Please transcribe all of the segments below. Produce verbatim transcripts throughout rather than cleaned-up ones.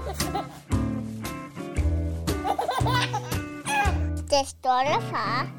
Det stolte far.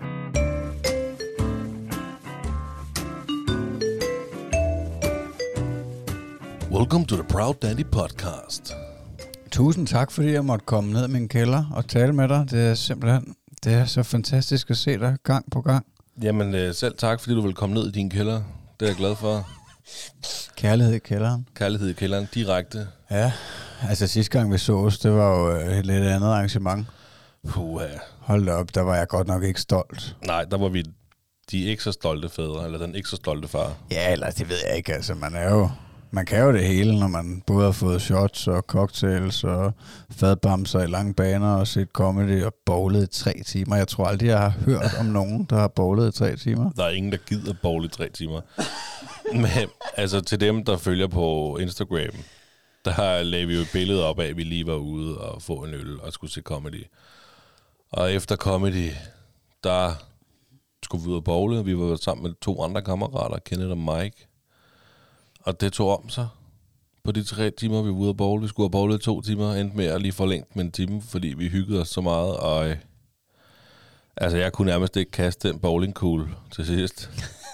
Welcome to the Proud Daddy Podcast. Tusind tak, fordi jeg måtte komme ned i min kælder og tale med dig. Det er simpelthen det er så fantastisk at se dig gang på gang. Jamen øh, selv tak, fordi du vil komme ned i din kælder. Det er jeg glad for. Kærlighed i kælderen. Kærlighed i kælderen, direkte. Ja, altså sidste gang vi sås, det var jo et lidt andet arrangement. Puha. Hold da op, der var jeg godt nok ikke stolt. Nej, der var vi de ikke så stolte fædre, eller den ikke så stolte far. Ja, eller det ved jeg ikke. Altså, man er jo... Man kan jo det hele, når man både har fået shots og cocktails og fadbamser i lange baner og set comedy og bowlet i tre timer. Jeg tror aldrig, jeg har hørt om nogen, der har bowlet i tre timer. Der er ingen, der gider bowle i tre timer. Men altså til dem, der følger på Instagram, der lagde vi jo et billede op af, at vi lige var ude og få en øl og skulle se comedy. Og efter comedy, der skulle vi ud og bowle. Vi var sammen med to andre kammerater, Kenneth og Mike. Og det tog om sig på de tre timer, vi var ude at bowle. Vi skulle have bowlet to timer, endte med at lige forlængt med en time, fordi vi hyggede os så meget. Og øh, altså, jeg kunne nærmest ikke kaste den bowlingkugle til sidst.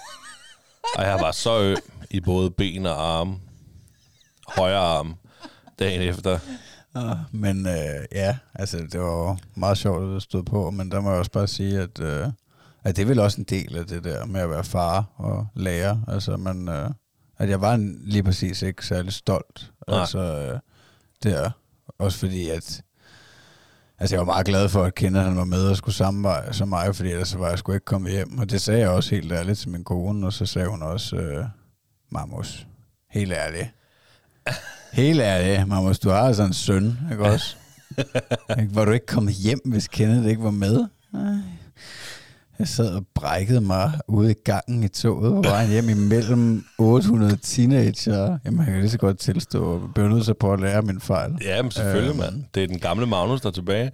Og jeg var så øm i både ben og arme, højre arm, dagen efter. Ja, men øh, ja, altså det var jo meget sjovt, at det stod på, men der må jeg også bare sige, at, øh, at det er vel også en del af det der med at være far og lærer. Altså, man... Øh, At jeg var lige præcis ikke særlig stolt. Nej. Altså, øh, der. Også fordi, at... Altså, jeg var meget glad for, at Kenneth han var med og skulle samme vej som mig, fordi ellers var jeg sgu ikke kommet hjem. Og det sagde jeg også helt ærligt til min kone, og så sagde hun også, øh, Marmus, helt ærligt. Helt ærligt, Marmus, du har altså en søn, ikke også? Ikke? Var du ikke kommet hjem, hvis Kenneth ikke var med? Nej. Jeg sad og brækkede mig ude i gangen i toget, og var hjem imellem otte hundrede teenager. Jamen, jeg kan lige så godt tilstå, og blev nødt til på at lære min fejl. Ja, men selvfølgelig, øh, mand. Det er den gamle Magnus, der er tilbage.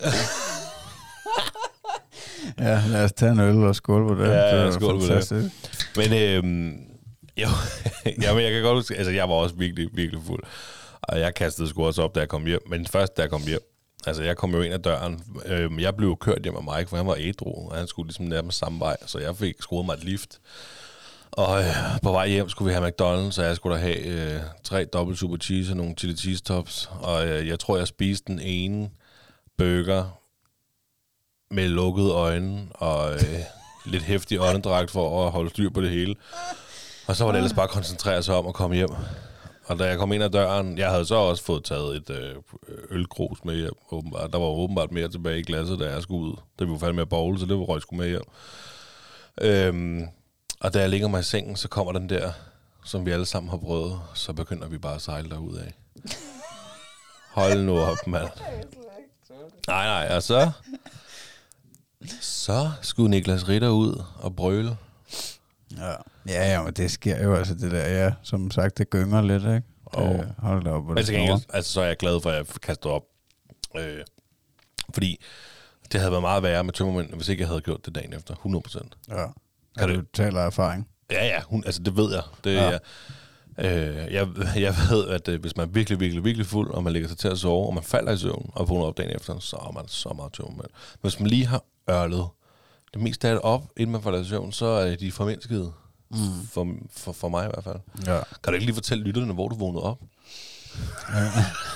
Ja, lad os tage en øl og skål på det. Ja, det ja skål på det. Men øhm, jo, jamen, jeg kan godt huske, altså jeg var også virkelig, virkelig fuld. Og jeg kastede sgu også op, da jeg kom hjem. Men først, da jeg kom hjem, altså, jeg kom jo ind ad døren. Øhm, jeg blev kørt hjem af Mike, for han var ædru, og han skulle ligesom nærmest samme vej, så jeg fik skruet mig et lift. Og øh, på vej hjem skulle vi have McDonald's, så jeg skulle da have øh, tre dobbelt super cheese og nogle chili cheese tops. Og øh, jeg tror, jeg spiste den ene burger med lukkede øjne og øh, lidt hæftig åndedragt for at holde styr på det hele. Og så var det ellers bare at koncentrere sig om at komme hjem. Og da jeg kom ind ad døren, jeg havde så også fået taget et øh, ølgrus med hjem, åbenbart. Der var åbenbart mere tilbage i glasset, da jeg skulle ud. Det var fandme med at bowle, så det var røg sgu med hjem. Øhm, og da jeg ligger mig i sengen, så kommer den der, som vi alle sammen har prøvet, så begynder vi bare at sejle derud af. Hold nu op, mand. Nej, nej, og så... Så skulle Niklas Ritter ud og brøle. Ja, ja, ja, men det sker jo altså det der, ja, som sagt, det gynger lidt, ikke? Og det, hold da op. Altså, gengæld, altså, så er jeg glad for, at jeg kastede op. Øh, fordi det havde været meget værre med tømmermænd, hvis ikke jeg havde gjort det dagen efter. hundrede procent. Ja, kan du taler erfaring? Ja, ja, hun, altså det ved jeg. Det, ja. jeg, øh, jeg. Jeg ved, at øh, hvis man er virkelig, virkelig, virkelig fuld, og man ligger sig til at sove, og man falder i søvn, og vågner op dagen efter, så er man så meget tømmermænd. Hvis man lige har ørlet det meste af det op, inden man falder i søvn, så er de formindskede. Mm. For, for, for mig i hvert fald. Ja. Kan du ikke lige fortælle lytterne, hvor du vågnede op? Ja.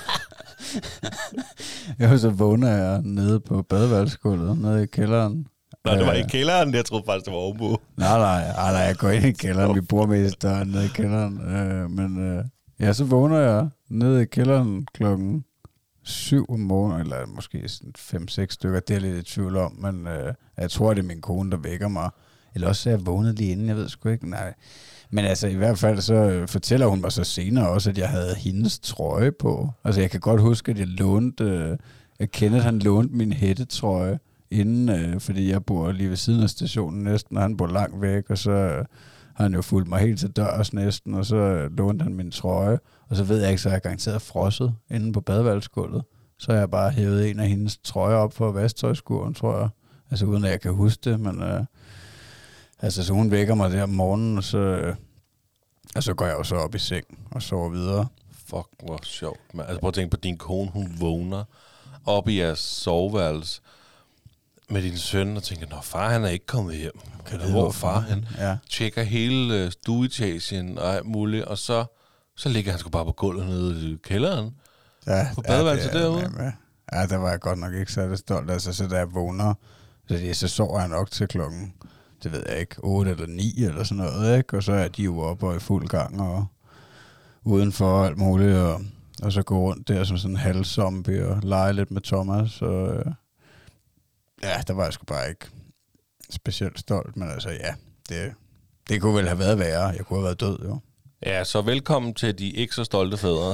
Jo, så vågner jeg nede på badeværelsesgulvet, nede i kælderen. Nej, det var i kælderen. Jeg troede faktisk, det var ovenpå. Nej, nej, nej, nej, jeg går ind i kælderen. Vi bor mest der nede i kælderen. Øh, men øh, ja, så vågner jeg nede i kælderen klokken syv om morgenen, eller måske fem seks stykker. Det er jeg lidt i tvivl om, men øh, jeg tror, det er min kone, der vækker mig. Eller også er jeg vågnet lige inden, jeg ved sgu ikke. Nej. Men altså i hvert fald så fortæller hun mig så senere også, at jeg havde hendes trøje på. Altså jeg kan godt huske, at jeg lånte, øh, jeg Kenneth, han lånte min hættetrøje inden, øh, fordi jeg bor lige ved siden af stationen næsten, og han bor langt væk, og så øh, har han jo fulgt mig helt til dørs næsten, og så øh, lånte han min trøje, og så ved jeg ikke, så jeg er garanteret frosset inde på badeværelsesgulvet. Så har jeg bare hævet en af hendes trøjer op for vasketøjskurven, tror jeg. Altså uden at jeg kan huske det, men øh, altså så hun vækker mig der om morgenen, og så, øh, og så går jeg jo så op i seng og sover videre. fuck, hvor sjovt. Man. Altså prøv at tænke på, din kone, hun vågner op i jeres soveværelse med din søn, og tænker, nå, far, han er ikke kommet hjem. Okay, hvor er far hen? Ja. Tjekker hele uh, stueetagen og alt muligt, og så, så ligger han sgu bare på gulvet nede i kælderen. Ja, på badeværelset ja, derude. Ja, ja, der var jeg godt nok ikke særlig stolt. Altså, så da jeg vågner, så, det, så sover jeg nok til klokken, det ved jeg ikke, otte eller ni eller sådan noget, ikke? Og så er de jo oppe og i fuld gang og udenfor og alt muligt, og, og så gå rundt der som sådan en halvzombie og lege lidt med Thomas, og øh, ja, der var jeg sgu bare ikke specielt stolt, men altså ja, det, det kunne vel have været værre. Jeg kunne have været død, jo. Ja, så velkommen til de ikke så stolte fædre.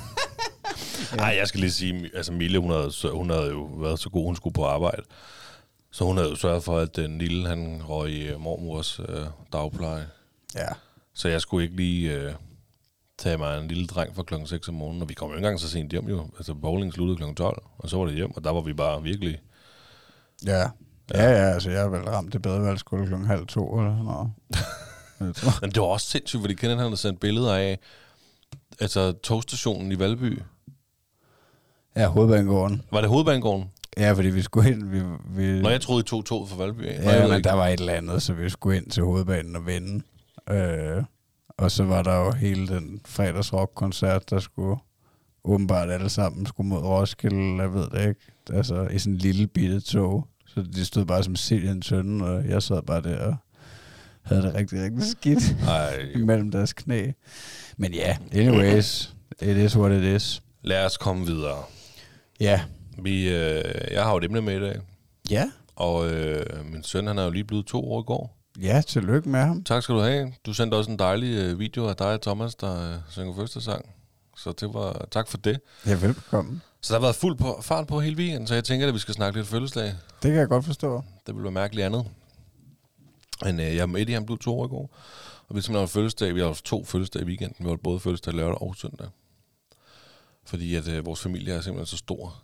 Nej, ja. Jeg skal lige sige, altså Mille, hun havde, hun havde jo været så god, hun skulle på arbejde. Så hun havde jo sørget for, at den lille, han røg i mormors øh, dagpleje. Ja. Så jeg skulle ikke lige øh, tage mig en lille dreng fra klokken seks om morgenen. Og vi kom jo ikke engang så sent hjem jo. Altså bowling sluttede klokken tolv, og så var det hjem. Og der var vi bare virkelig... Ja, ja, ja, ja altså jeg har vel ramt det badeværelsesgulv klokken halv to eller sådan noget. Men det var også sindssygt, fordi Kenneth han havde sendt billeder af altså togstationen i Valby. Ja, Hovedbanegården. Var det Hovedbanegården? Ja, fordi vi skulle ind... Vi, vi... Nå, jeg troede, I tog toget fra Valby af. Ja, men der var et eller andet, så vi skulle ind til Hovedbanen og vende. Øh, og så var der jo hele den fredagsrock-koncert, der skulle åbenbart alle sammen skulle mod Roskilde, jeg ved det ikke. Altså i sådan en lille bitte tog. Så de stod bare som sild i en tønde, og jeg sad bare der og havde det rigtig, rigtig skidt imellem deres knæ. Men ja, anyways, it is what it is. Lad os komme videre. Ja. Vi, øh, jeg har jo et emne med i dag. Ja. Og øh, min søn, han er jo lige blevet to år i går. Ja, tillykke med ham. Tak skal du have. Du sendte også en dejlig øh, video af dig og Thomas, der øh, synger første sang. Så det var, tak for det. Ja, velbekomme. Så der har været fuld på, fart på hele weekenden, så jeg tænker, at vi skal snakke lidt fødselsdag. Det kan jeg godt forstå. Det vil være mærkeligt andet. Men øh, jeg og Eddie, han blev to år i går. Og vi simpelthen har fødselsdag. Vi har haft to fødselsdage i weekenden. Vi har både fødselsdag lørdag og søndag. Fordi at øh, vores familie er simpelthen så stor.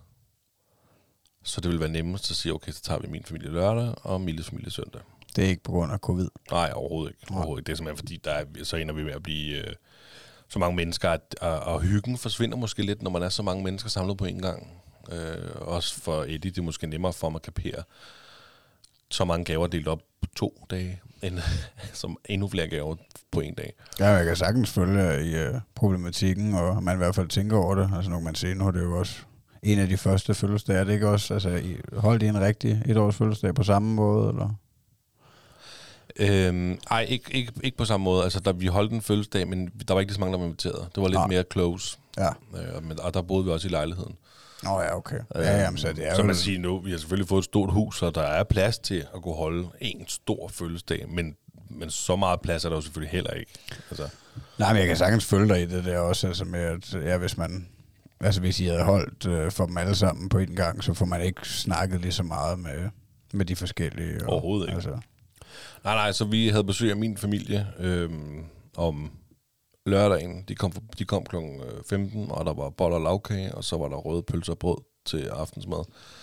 Så det vil være nemmest at sige, okay, så tager vi min familie lørdag og Milles familie søndag. Det er ikke på grund af covid? Nej, overhovedet ikke. Overhovedet ikke. Det er simpelthen fordi, der er, så ender vi med at blive øh, så mange mennesker, at, at, og hyggen forsvinder måske lidt, når man er så mange mennesker samlet på en gang. Øh, også for Eddie, det er måske nemmere for mig at kapere så mange gaver delt op på to dage, end som endnu flere gaver på en dag. Ja, jeg kan sagtens følge i uh, problematikken, og man i hvert fald tænker over det. Altså, når man ser, nu er det jo også en af de første fødselsdage. Er det ikke også, altså, I, holdt I en rigtig et års fødselsdag på samme måde, eller? Øhm, ej, ikke, ikke, ikke på samme måde. Altså, der, vi holdt en fødselsdag, men der var ikke så mange, der var inviteret. Det var lidt ah. mere close. Ja. Øh, men, og der boede vi også i lejligheden. Nå oh, ja, okay. Ja, jamen, så det er så jo... man siger nu, vi har selvfølgelig fået et stort hus, så der er plads til at kunne holde en stor fødselsdag, men, men så meget plads er der jo selvfølgelig heller ikke. Altså. Nej, men jeg kan sagtens følge dig i det der også, altså med, at ja, hvis man... Altså, hvis I havde holdt øh, for dem alle sammen på en gang, så får man ikke snakket lige så meget med, med de forskellige. Og, overhovedet ikke. Altså. Nej, nej, så vi havde besøg af min familie øh, om lørdagen. De kom, de kom klokken femten, og der var boller og lavkage, og så var der røde pølser og brød til aftensmad.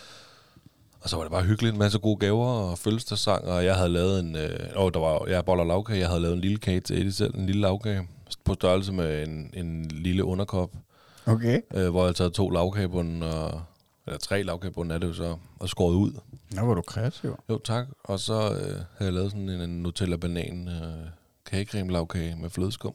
Og så var det bare hyggeligt, en masse gode gaver og fødselsdagssang, og jeg havde lavet en... Øh, åh, der var ja, boller og lavkage. Jeg havde lavet en lille kage til Eddie selv, en lille lavkage, på størrelse med en, en lille underkop. Okay. Øh, hvor jeg taget to lavkagebunden, og, eller tre lavkagebunden er det jo så, og skåret ud. Nå, var du kreativ. Jo, tak. Og så øh, havde jeg lavet sådan en, en Nutella-banan øh, kagecreme lavkage med flødeskum.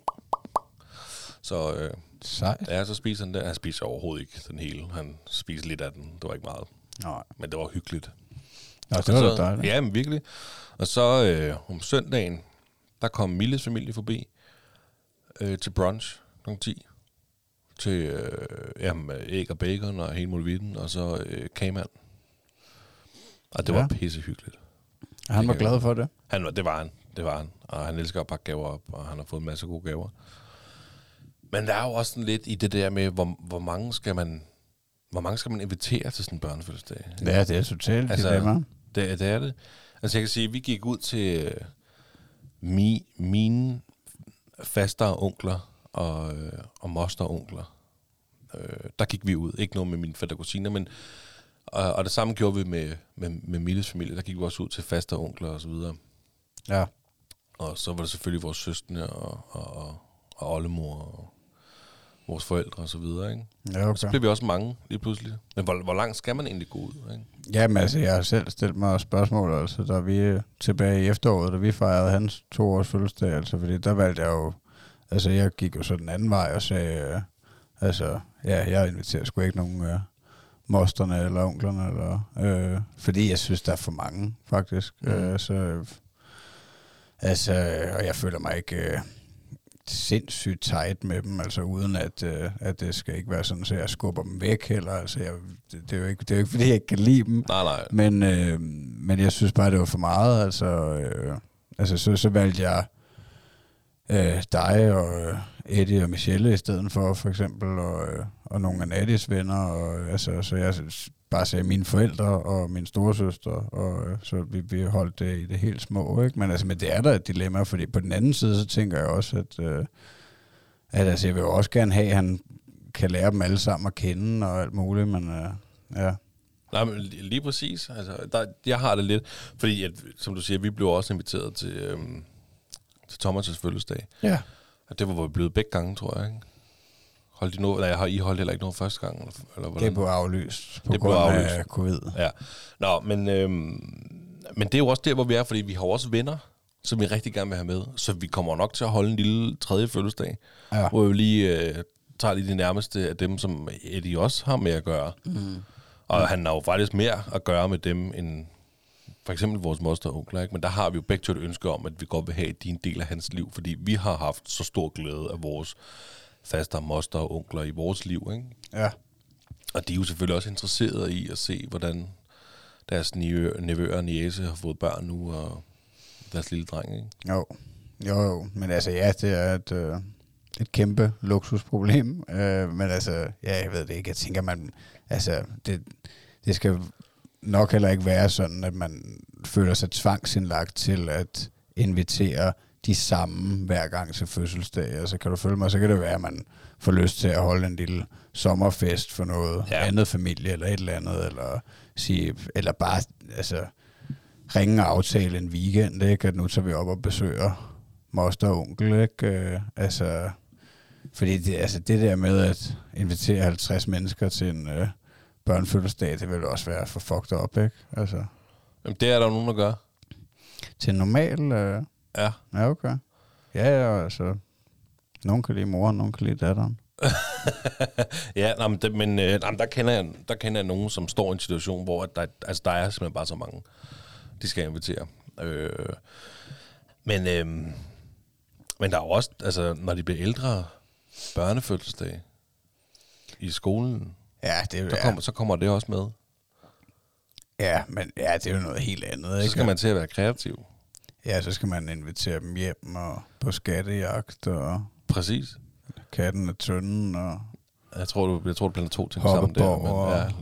Så øh, Sejt. Ja, så spiser han det. Han spiser overhovedet ikke den hele. Han spiser lidt af den. Det var ikke meget. Nej. Men det var hyggeligt. Nå, det var da dejligt. Ja, men virkelig. Og så øh, om søndagen, der kom Milles familie forbi øh, til brunch klokken ti. Til øh, jamen, æg og bacon og hele muligheden, og så øh, kagemand. Og det ja. var pissehyggeligt. Og han var glad for det? Han var, det var han. Det var han. Og han elsker at pakke gaver op, og han har fået en masse gode gaver. Men der er jo også sådan lidt i det der med, hvor, hvor mange skal man hvor mange skal man invitere til sådan en børnefødselsdag? Ja, det er totalt altså, dilemma. Det, det er det. Altså jeg kan sige, at vi gik ud til øh, mi, mine faster og onkler og, øh, og moster og onkler. Øh, der gik vi ud. Ikke noget med mine fætter og kusiner, men og, og det samme gjorde vi med, med, med Milles familie. Der gik vi også ud til faster og onkler og så videre. Ja. Og så var det selvfølgelig vores søskende og, og, og, og oldemor og, vores forældre og så videre, ikke? Ja, okay. Og så bliver vi også mange lige pludselig. Men hvor, hvor langt skal man egentlig gå ud, ikke? Jamen altså, jeg har selv stillet mig spørgsmål, altså, da vi tilbage i efteråret, da vi fejrede hans to års fødselsdag, altså, fordi der valgte jeg jo, altså, jeg gik jo så den anden vej og sagde, øh, altså, ja, jeg inviterer sgu ikke nogen øh, mosterne eller onklerne, eller, øh, fordi jeg synes, der er for mange, faktisk. Mm. Øh, så, altså, og jeg føler mig ikke øh, sindssygt tight med dem, altså uden at, øh, at det skal ikke være sådan, så jeg skubber dem væk heller. Altså, jeg, det, det, er jo ikke, det er jo ikke, fordi jeg ikke kan lide dem. Nej, nej. Men, øh, men jeg synes bare, det var for meget. Altså, øh, altså så, så valgte jeg øh, dig og øh, Eddie og Michelle i stedet for, for eksempel, og, øh, og nogle af Nadis venner. Og, altså, så jeg bare sagde mine forældre og min storesøster, og øh, så vi, vi holdt det i det helt små, ikke? Men, altså, men det er der et dilemma, fordi på den anden side, så tænker jeg også, at, øh, at altså, jeg vil jo også gerne have, at han kan lære dem alle sammen at kende og alt muligt, men øh, ja. Nej, men lige præcis. Altså, der, jeg har det lidt, fordi, at, som du siger, vi blev også inviteret til, øhm, til Thomas' fødselsdag. Ja. Og det var, hvor vi blev begge gange, tror jeg, ikke? Holdt I noget, nej, har I holdt heller ikke noget første gang? Eller, eller hvordan? Det blev aflyst på det grund aflyst. af covid. Ja. Nå, men, øhm, men det er jo også der, hvor vi er, fordi vi har også venner, som vi rigtig gerne vil have med. Så vi kommer nok til at holde en lille tredje fødselsdag, ja. Hvor vi lige øh, tager lige de nærmeste af dem, som Eddie også har med at gøre. Mm. Og han har jo faktisk mere at gøre med dem, end for eksempel vores moster og onkler, ikke? Men der har vi jo begge to et ønske om, at vi godt vil have din del af hans liv, fordi vi har haft så stor glæde af vores faster, moster og onkler i vores liv, ikke? Ja. Og de er jo selvfølgelig også interesserede i at se, hvordan deres nevøer og niece har fået børn nu, og deres lille dreng, ikke? Jo, jo, jo. Men altså, ja, det er et, øh, et kæmpe luksusproblem. Øh, men altså, ja, jeg ved det ikke. Jeg tænker, man, altså, det, det skal nok heller ikke være sådan, at man føler sig tvangsindlagt til at invitere de samme hver gang til fødselsdag. Altså, kan du følge mig, så kan det være, at man får lyst til at holde en lille sommerfest for noget ja. andet familie, eller et eller andet, eller, sige, eller bare, altså, ringe og aftale en weekend, ikke? At nu tager vi op og besøger moster og onkel, ikke? Øh, altså, fordi det, altså det der med at invitere halvtreds mennesker til en øh, børnefødselsdag, det vil også være for fucked up, ikke? Altså. Jamen, det er der nogen, der gør. Til en normal? Øh, ja. Ja, okay. Ja, ja, altså. Nogen kan lide moren, nogen kan lide datteren. ja, nej, men, det, men øh, nej, der, kender jeg, der kender jeg nogen, som står i en situation, hvor der, altså, der er simpelthen bare så mange, de skal invitere. Øh, men, øh, men der er jo også, altså, når de bliver ældre, børnefødselsdag i skolen, ja, det er, der kommer, ja. så kommer det også med. Ja, men ja, det er jo noget helt andet, ikke? Så skal man til at være kreativ. Ja, så skal man invitere dem hjem og på skattejagt og... Præcis. Katten og tønden og... Jeg tror, du, jeg tror, du blander to ting sammen der. Men, og ja,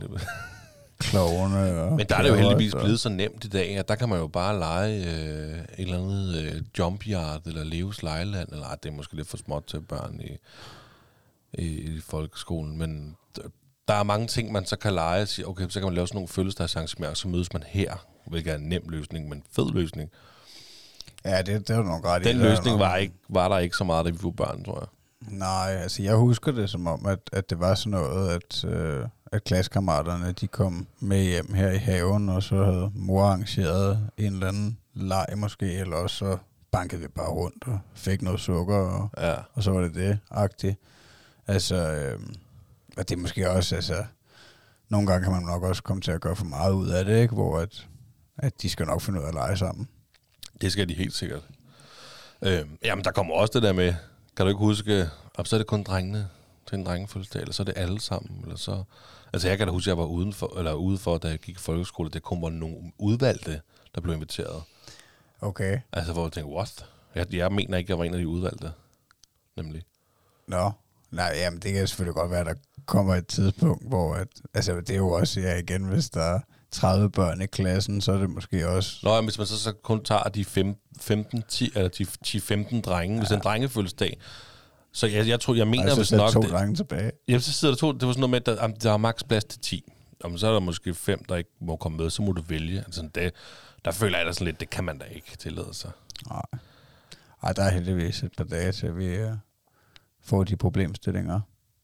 klovene og... Men der er det jo heldigvis blevet så nemt i dag, at der kan man jo bare lege øh, et eller andet øh, jumpyard eller Leos Lejeland, eller ej, det er måske lidt for småt til børn i, i, i folkeskolen, men der er mange ting, man så kan lege og sige, okay, så kan man lave sådan nogle fødselsdagsarrangementer, så mødes man her, hvilket er en nem løsning, men fed løsning. Ja, det, det er jo nogle ret. Den løsning var, ikke, var der ikke så meget, da vi var børn, tror jeg. Nej, altså jeg husker det som om, at, at det var sådan noget, at, øh, at klassekammeraterne, de kom med hjem her i haven, og så havde mor arrangeret en eller anden leg måske, eller også så bankede vi bare rundt og fik noget sukker, og, ja. og så var det det-agtigt. Altså, øh, og det er måske også, altså, nogle gange kan man nok også komme til at gøre for meget ud af det, ikke? Hvor at, at de skal nok finde ud af at lege sammen. Det skal de helt sikkert. Øh, jamen, der kommer også det der med, kan du ikke huske, om så er det kun drengene til en drengefødselsdag, eller så er det alle sammen, eller så... Altså, jeg kan da huske, at jeg var udenfor, eller ude for, da jeg gik i folkeskole, det kom nogle udvalgte, der blev inviteret. Okay. Altså, hvor jeg tænkte, what? Jeg, jeg mener ikke, jeg var en af de udvalgte, nemlig. Nå, nej, jamen, det kan selvfølgelig godt være, at der kommer et tidspunkt, hvor... At, altså, det er jo også, ja, igen, hvis der er tredive børn i klassen, så er det måske også... Nå, ja, hvis man så, så kun tager de femten, ti, eller de ti femten drenge, ja. Hvis det er en drengefødselsdag. Så jeg, jeg tror, jeg mener, Ej, så hvis nok... to drenge tilbage. Ja, så sidder der to... Det var sådan noget med, at der, der er maks plads til ti. Om så er der måske fem, der ikke må komme med, så må du vælge. Altså, det, der føler jeg da sådan lidt, det kan man da ikke tillade sig. Nej. Ej, der er heldigvis et par dage til, vi uh, får de problemstillinger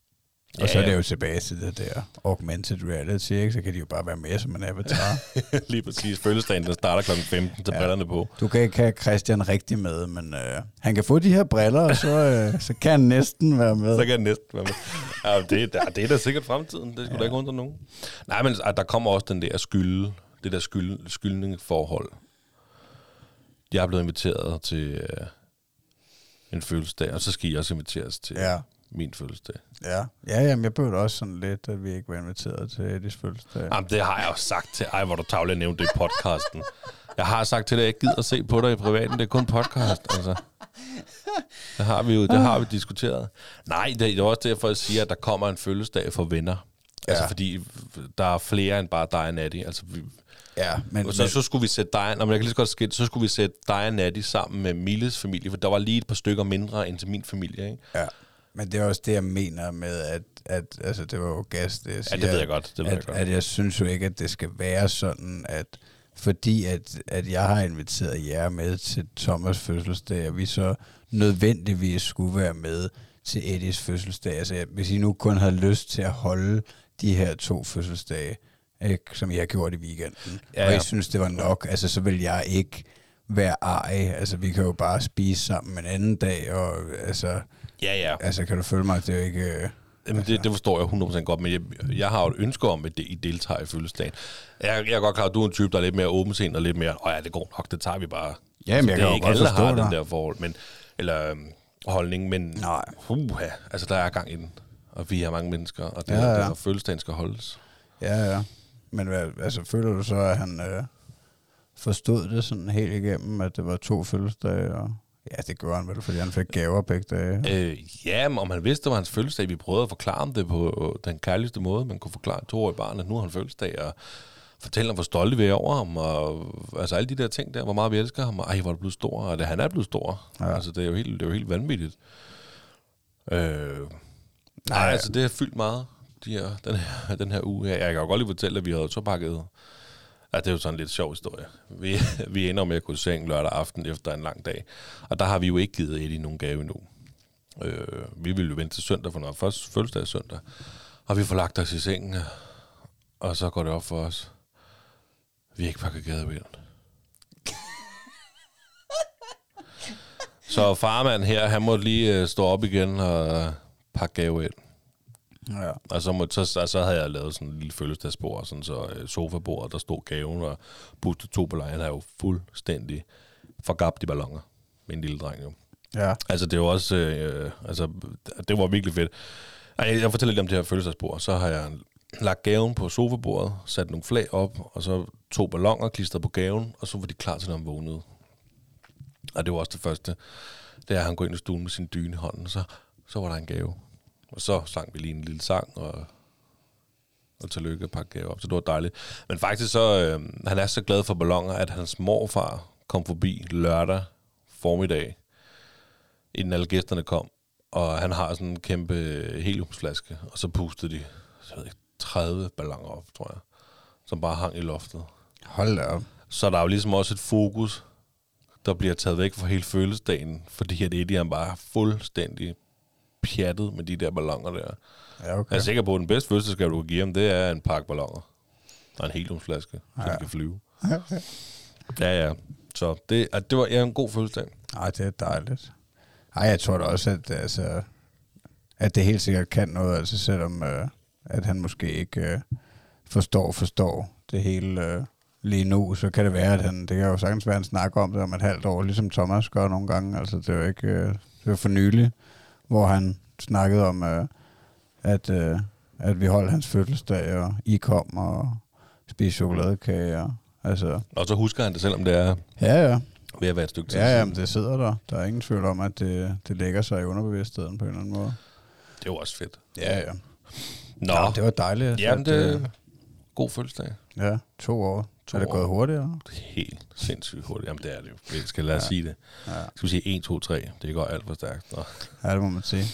Ja, og så er det jo tilbage til det der augmented reality, ikke? Så kan de jo bare være med som en avatar. Lige præcis. Fødselsdagen, den starter klokken femten, så ja. brillerne på. Du kan ikke have Christian rigtig med, men øh, han kan få de her briller, og så, øh, så kan han næsten være med. Så kan han næsten være med. Ja, det, der, det er da sikkert fremtiden. Det skulle ja. da ikke undre nogen. Nej, men der kommer også den der skylde, det der skyld, skyldningsforhold. Jeg er blevet inviteret til øh, en fødselsdag, og så skal I også inviteres til ja. min fødselsdag. Ja, ja jamen, jeg bøvede også sådan lidt, at vi ikke var inviteret til Eddies fødselsdag. Jamen, det har jeg også sagt til. Ej, hvor du tavle nævnt det i podcasten. Jeg har sagt til dig, at jeg ikke gider at se på dig i privaten. Det er kun podcast, altså. Det har vi jo det har vi diskuteret. Nej, det er også derfor, jeg siger, at der kommer en fødselsdag for venner. Ja. Altså, fordi der er flere end bare dig og Natty. Altså, vi, ja, men, så, men, så skulle vi sætte dig, når man kan lige så godt ske, så skulle vi sætte dig og Natty sammen med Miles familie, for der var lige et par stykker mindre end til min familie, ikke? Ja. Men det er også det, jeg mener med, at, at altså, det var jo gas, det jeg siger, ja, det ved jeg godt. Det ved at, jeg godt. At jeg synes jo ikke, at det skal være sådan, at fordi at, at jeg har inviteret jer med til Thomas' fødselsdag, og vi så nødvendigvis skulle være med til Eddies fødselsdag. Altså, hvis I nu kun havde lyst til at holde de her to fødselsdage, ikke, som jeg har gjort i weekenden, ja, ja. og jeg synes, det var nok, altså, så vil jeg ikke være ej. Altså, vi kan jo bare spise sammen en anden dag, og altså... Ja, ja. Altså, kan du følge mig, det er jo ikke... Øh, Jamen, altså. det, det forstår jeg hundrede procent godt, men jeg, jeg har jo et ønske om, at det, I deltager i fødselsdagen. Jeg, jeg er godt klar, at du er en type, der er lidt mere åbensind og lidt mere, åh ja, det går nok, det tager vi bare. Jamen, jeg det kan er jo ikke godt alle, der forstå har dig. den der forhold, men, eller øhm, holdning, men nej. Uha, altså, der er gang i den, og vi er mange mennesker, og det, ja, ja. det er, fødselsdagen skal holdes. Ja, ja. Men hvad, altså, føler du så, at han øh, forstod det sådan helt igennem, at det var to fødselsdage, og... Ja, det gør han vel, fordi han fik gaver begge dage. Øh, ja, men om han vidste, det var hans fødselsdag, vi prøvede at forklare ham det på den kærligste måde. Man kunne forklare et toårigt barn, at nu har han fødselsdag, og fortælle ham, hvor stolte vi er over ham, og altså alle de der ting der, hvor meget vi elsker ham, og ej, hvor er du blevet stor, og det, han er blevet stor. Ja. Altså, det er jo helt, det er jo helt vanvittigt. Øh, nej, nej, altså, det har fyldt meget, de her, den, her, den her uge her. Jeg kan jo godt lige fortælle, at vi havde så pakket. Ja, det er jo sådan en lidt sjov historie. Vi, vi ender med at gå i seng lørdag aften efter en lang dag. Og der har vi jo ikke givet Eddie nogen gave endnu. Øh, vi ville jo vente til søndag, for når først fødselsdag søndag. Og vi får lagt os i sengen, og så går det op for os. Vi har ikke pakket gave ind. Så farmand her, han måtte lige uh, stå op igen og pakke gave ind. Ja. Og så, må, så, så, så havde jeg lavet sådan en lille fødselsdagsbord, sådan så uh, sofabordet, der stod gaven og pustet to balloner. Han er jo fuldstændig forgabt i balloner med en lille dreng jo. Ja. Altså det var også, øh, altså det var virkelig fedt. Ej, jeg fortæller lidt om det her fødselsdagsbord. Så har jeg lagt gaven på sofabordet, sat nogle flag op, og så to balloner klistret på gaven, og så var de klar til, når han vågnede. Og det var også det første. Det er, at han går ind i stuen med sin dyne i hånden, så, så var der en gave. Og så sang vi lige en lille sang, og, og tillykke og pakke gave op. Så det var dejligt. Men faktisk så, øh, han er så glad for balloner, at hans morfar kom forbi lørdag formiddag, inden alle gæsterne kom. Og han har sådan en kæmpe heliumsflaske, og så pustede de så ved jeg, tredive balloner op, tror jeg, som bare hang i loftet. Hold da op. Så der er jo ligesom også et fokus, der bliver taget væk fra hele følelsesdagen, fordi at Eddie er bare fuldstændig pjattet med de der balloner der. Ja, okay. Jeg er sikker på, at den bedste fødselsdagsgave, du kan give ham, det er en pakke balloner. Og en heliumsflaske, så ja. De kan flyve. Ja, ja. Så det, at det var ja, en god fødselsdag. Ej, det er dejligt. Ej, jeg tror da også, at, altså, at det helt sikkert kan noget, altså selvom øh, at han måske ikke øh, forstår, forstår det hele øh, lige nu, så kan det være, at han, det kan jo sagtens være, at han snakker om det om et halvt år, ligesom Thomas gør nogle gange. Altså, det er jo ikke, øh, det var for nylig, hvor han snakkede om, øh, at, øh, at vi holdt hans fødselsdag, og I kom og spiste chokoladekage. Og, altså. og så husker han det, selvom det er ja, ja. ved at være et stykke tid. Ja, jamen, det sidder der. Der er ingen tvivl om, at det, det lægger sig i underbevidstheden på en eller anden måde. Det var også fedt. Ja, ja. Nå. Ja, det var dejligt. Jamen, det er god fødselsdag. Ja, to år. To er det år. Gået hurtigere? Helt sindssygt hurtigt. Jamen, det er det jo. Vi skal lade os ja. sige det. Ja. Skal vi sige en, to, tre? Det går alt for stærkt. Nå. Ja, det må man sige.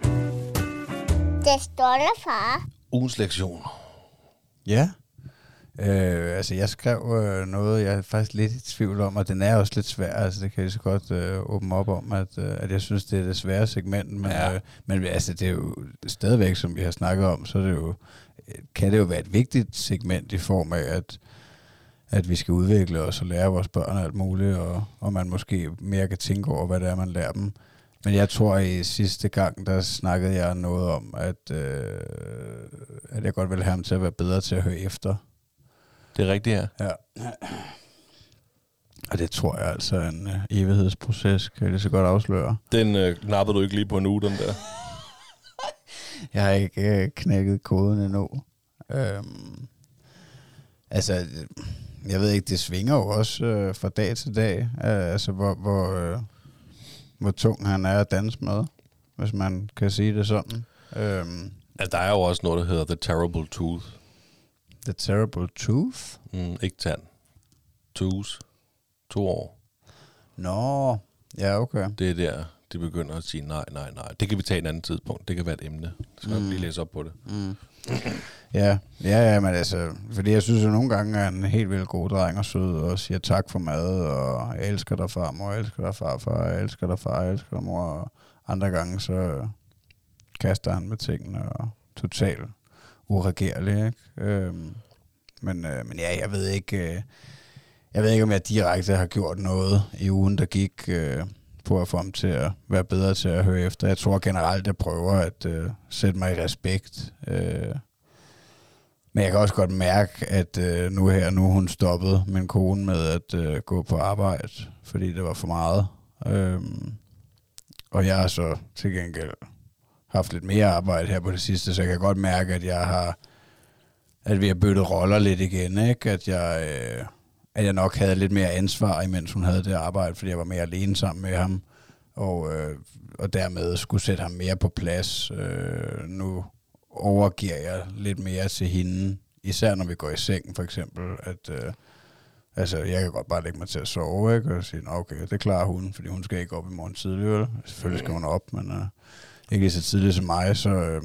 Det står der, far. Ugens lektion. Ja. Øh, altså, jeg skrev øh, noget, jeg er faktisk lidt i tvivl om, og den er også lidt svær, altså det kan jeg så godt øh, åbne op om, at, øh, at jeg synes, det er det svære segment, men, Ja. øh, men altså, det er jo stadigvæk, som vi har snakket om, så er det jo, kan det jo være et vigtigt segment i form af, at, at vi skal udvikle os og lære vores børn alt muligt, og, og man måske mere kan tænke over, hvad det er, man lærer dem. Men jeg tror, at i sidste gang, der snakkede jeg noget om, at, øh, at jeg godt vil have ham til at være bedre til at høre efter. Det er rigtigt, ja. Ja. Og det tror jeg altså er en øh, evighedsproces, kan jeg lige så godt afsløre. Den øh, knappede du ikke lige på en uge, den der. Jeg har ikke øh, knækket koden endnu. Øhm, altså, jeg ved ikke, det svinger jo også øh, fra dag til dag. Øh, altså, hvor, hvor, øh, hvor tung han er at danse med, hvis man kan sige det sådan. Øhm, Altså, der er jo også noget, der hedder The Terrible Tooth. The Terrible Tooth? Mm, ikke tand. Tooth. To år. Nå, ja, okay. Det er der, de begynder at sige nej, nej, nej. Det kan vi tage en anden tidspunkt. Det kan være et emne. Så skal mm. lige læse op på det. Mm. Ja, ja, ja, men altså, fordi jeg synes jo nogle gange, er en helt vildt god dreng og sød, og siger tak for mad, og jeg elsker dig farmor, jeg elsker dig farfar, jeg elsker dig far, jeg elsker dig mor, og andre gange så kaster han med tingene, og totalt uregerlig, ikke? Øhm, men, øh, men ja, jeg ved ikke, øh, jeg ved ikke, om jeg direkte har gjort noget i ugen, der gik øh, på at få ham til at være bedre til at høre efter. Jeg tror generelt, jeg prøver at øh, sætte mig i respekt. Øh, men jeg kan også godt mærke, at øh, nu her, nu hun stoppet min kone med at øh, gå på arbejde, fordi det var for meget. Øhm, og jeg har så til gengæld haft lidt mere arbejde her på det sidste, så jeg kan godt mærke, at jeg har, at vi har byttet roller lidt igen, ikke? At jeg, øh, at jeg nok havde lidt mere ansvar, imens hun havde det arbejde, fordi jeg var mere alene sammen med ham, og, øh, og dermed skulle sætte ham mere på plads. Øh, nu overgiver jeg lidt mere til hende, især når vi går i sengen for eksempel, at øh, altså, jeg kan godt bare lægge mig til at sove, ikke? Og sige, okay, det klarer hun, fordi hun skal ikke op i morgen tidligt. Selvfølgelig skal hun op, men øh, ikke lige så tidligt som mig, så, øh,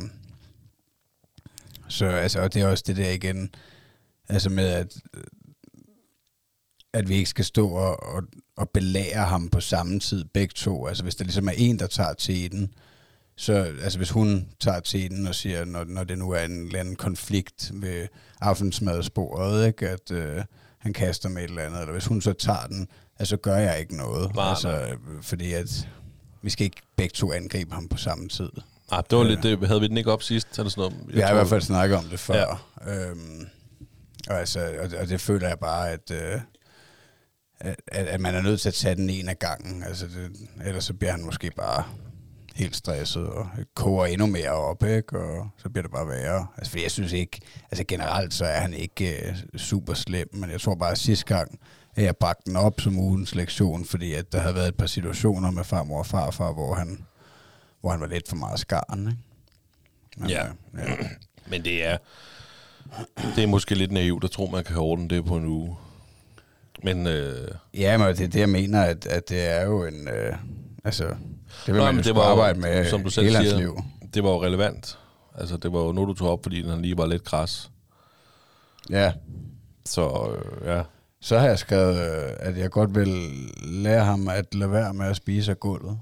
så altså, og det er også det der igen, altså med, at, at vi ikke skal stå og, og, og belære ham på samme tid, begge to. Altså, hvis der ligesom er en, der tager teten, så, altså, hvis hun tager teten og siger, når, når det nu er en eller anden konflikt ved aftensmadsbordet, ikke, at øh, han kaster med et eller andet, eller hvis hun så tager den, altså gør jeg ikke noget. Nej, altså, nej. Fordi at vi skal ikke begge to angribe ham på samme tid. Ah, det var lidt, det, havde vi den ikke op sidst? Eller sådan noget? Jeg Vi har tror, i hvert fald snakket om det før. Ja. Øhm, og, altså, og, og det føler jeg bare, at, øh, at, at man er nødt til at tage den en af gangen. Altså det, ellers så bliver han måske bare helt stresset og koger endnu mere op, ikke? Og så bliver det bare værre. Altså, fordi jeg synes ikke, altså generelt så er han ikke øh, super slem, men jeg tror bare, at sidste gang, at jeg bragte den op som ugens lektion, fordi at der havde været et par situationer med farmor og farfar, hvor han, hvor han var lidt for meget skarn, ikke? Men, Ja. øh, ja. Men det er, det er måske lidt naivt at tro, man kan ordne det på en uge. Men øh, Ja, men det er det, jeg mener, at, at det er jo en... Øh, altså, det vil Nå, man men jo det skulle var jo, arbejde med som du selv hele hans siger, liv. det var jo relevant. Altså, det var jo noget, du tog op, fordi han lige var lidt kras. Ja, Så øh, ja. så har jeg skrevet, øh, at jeg godt vil lære ham at lade være med at spise af gulvet.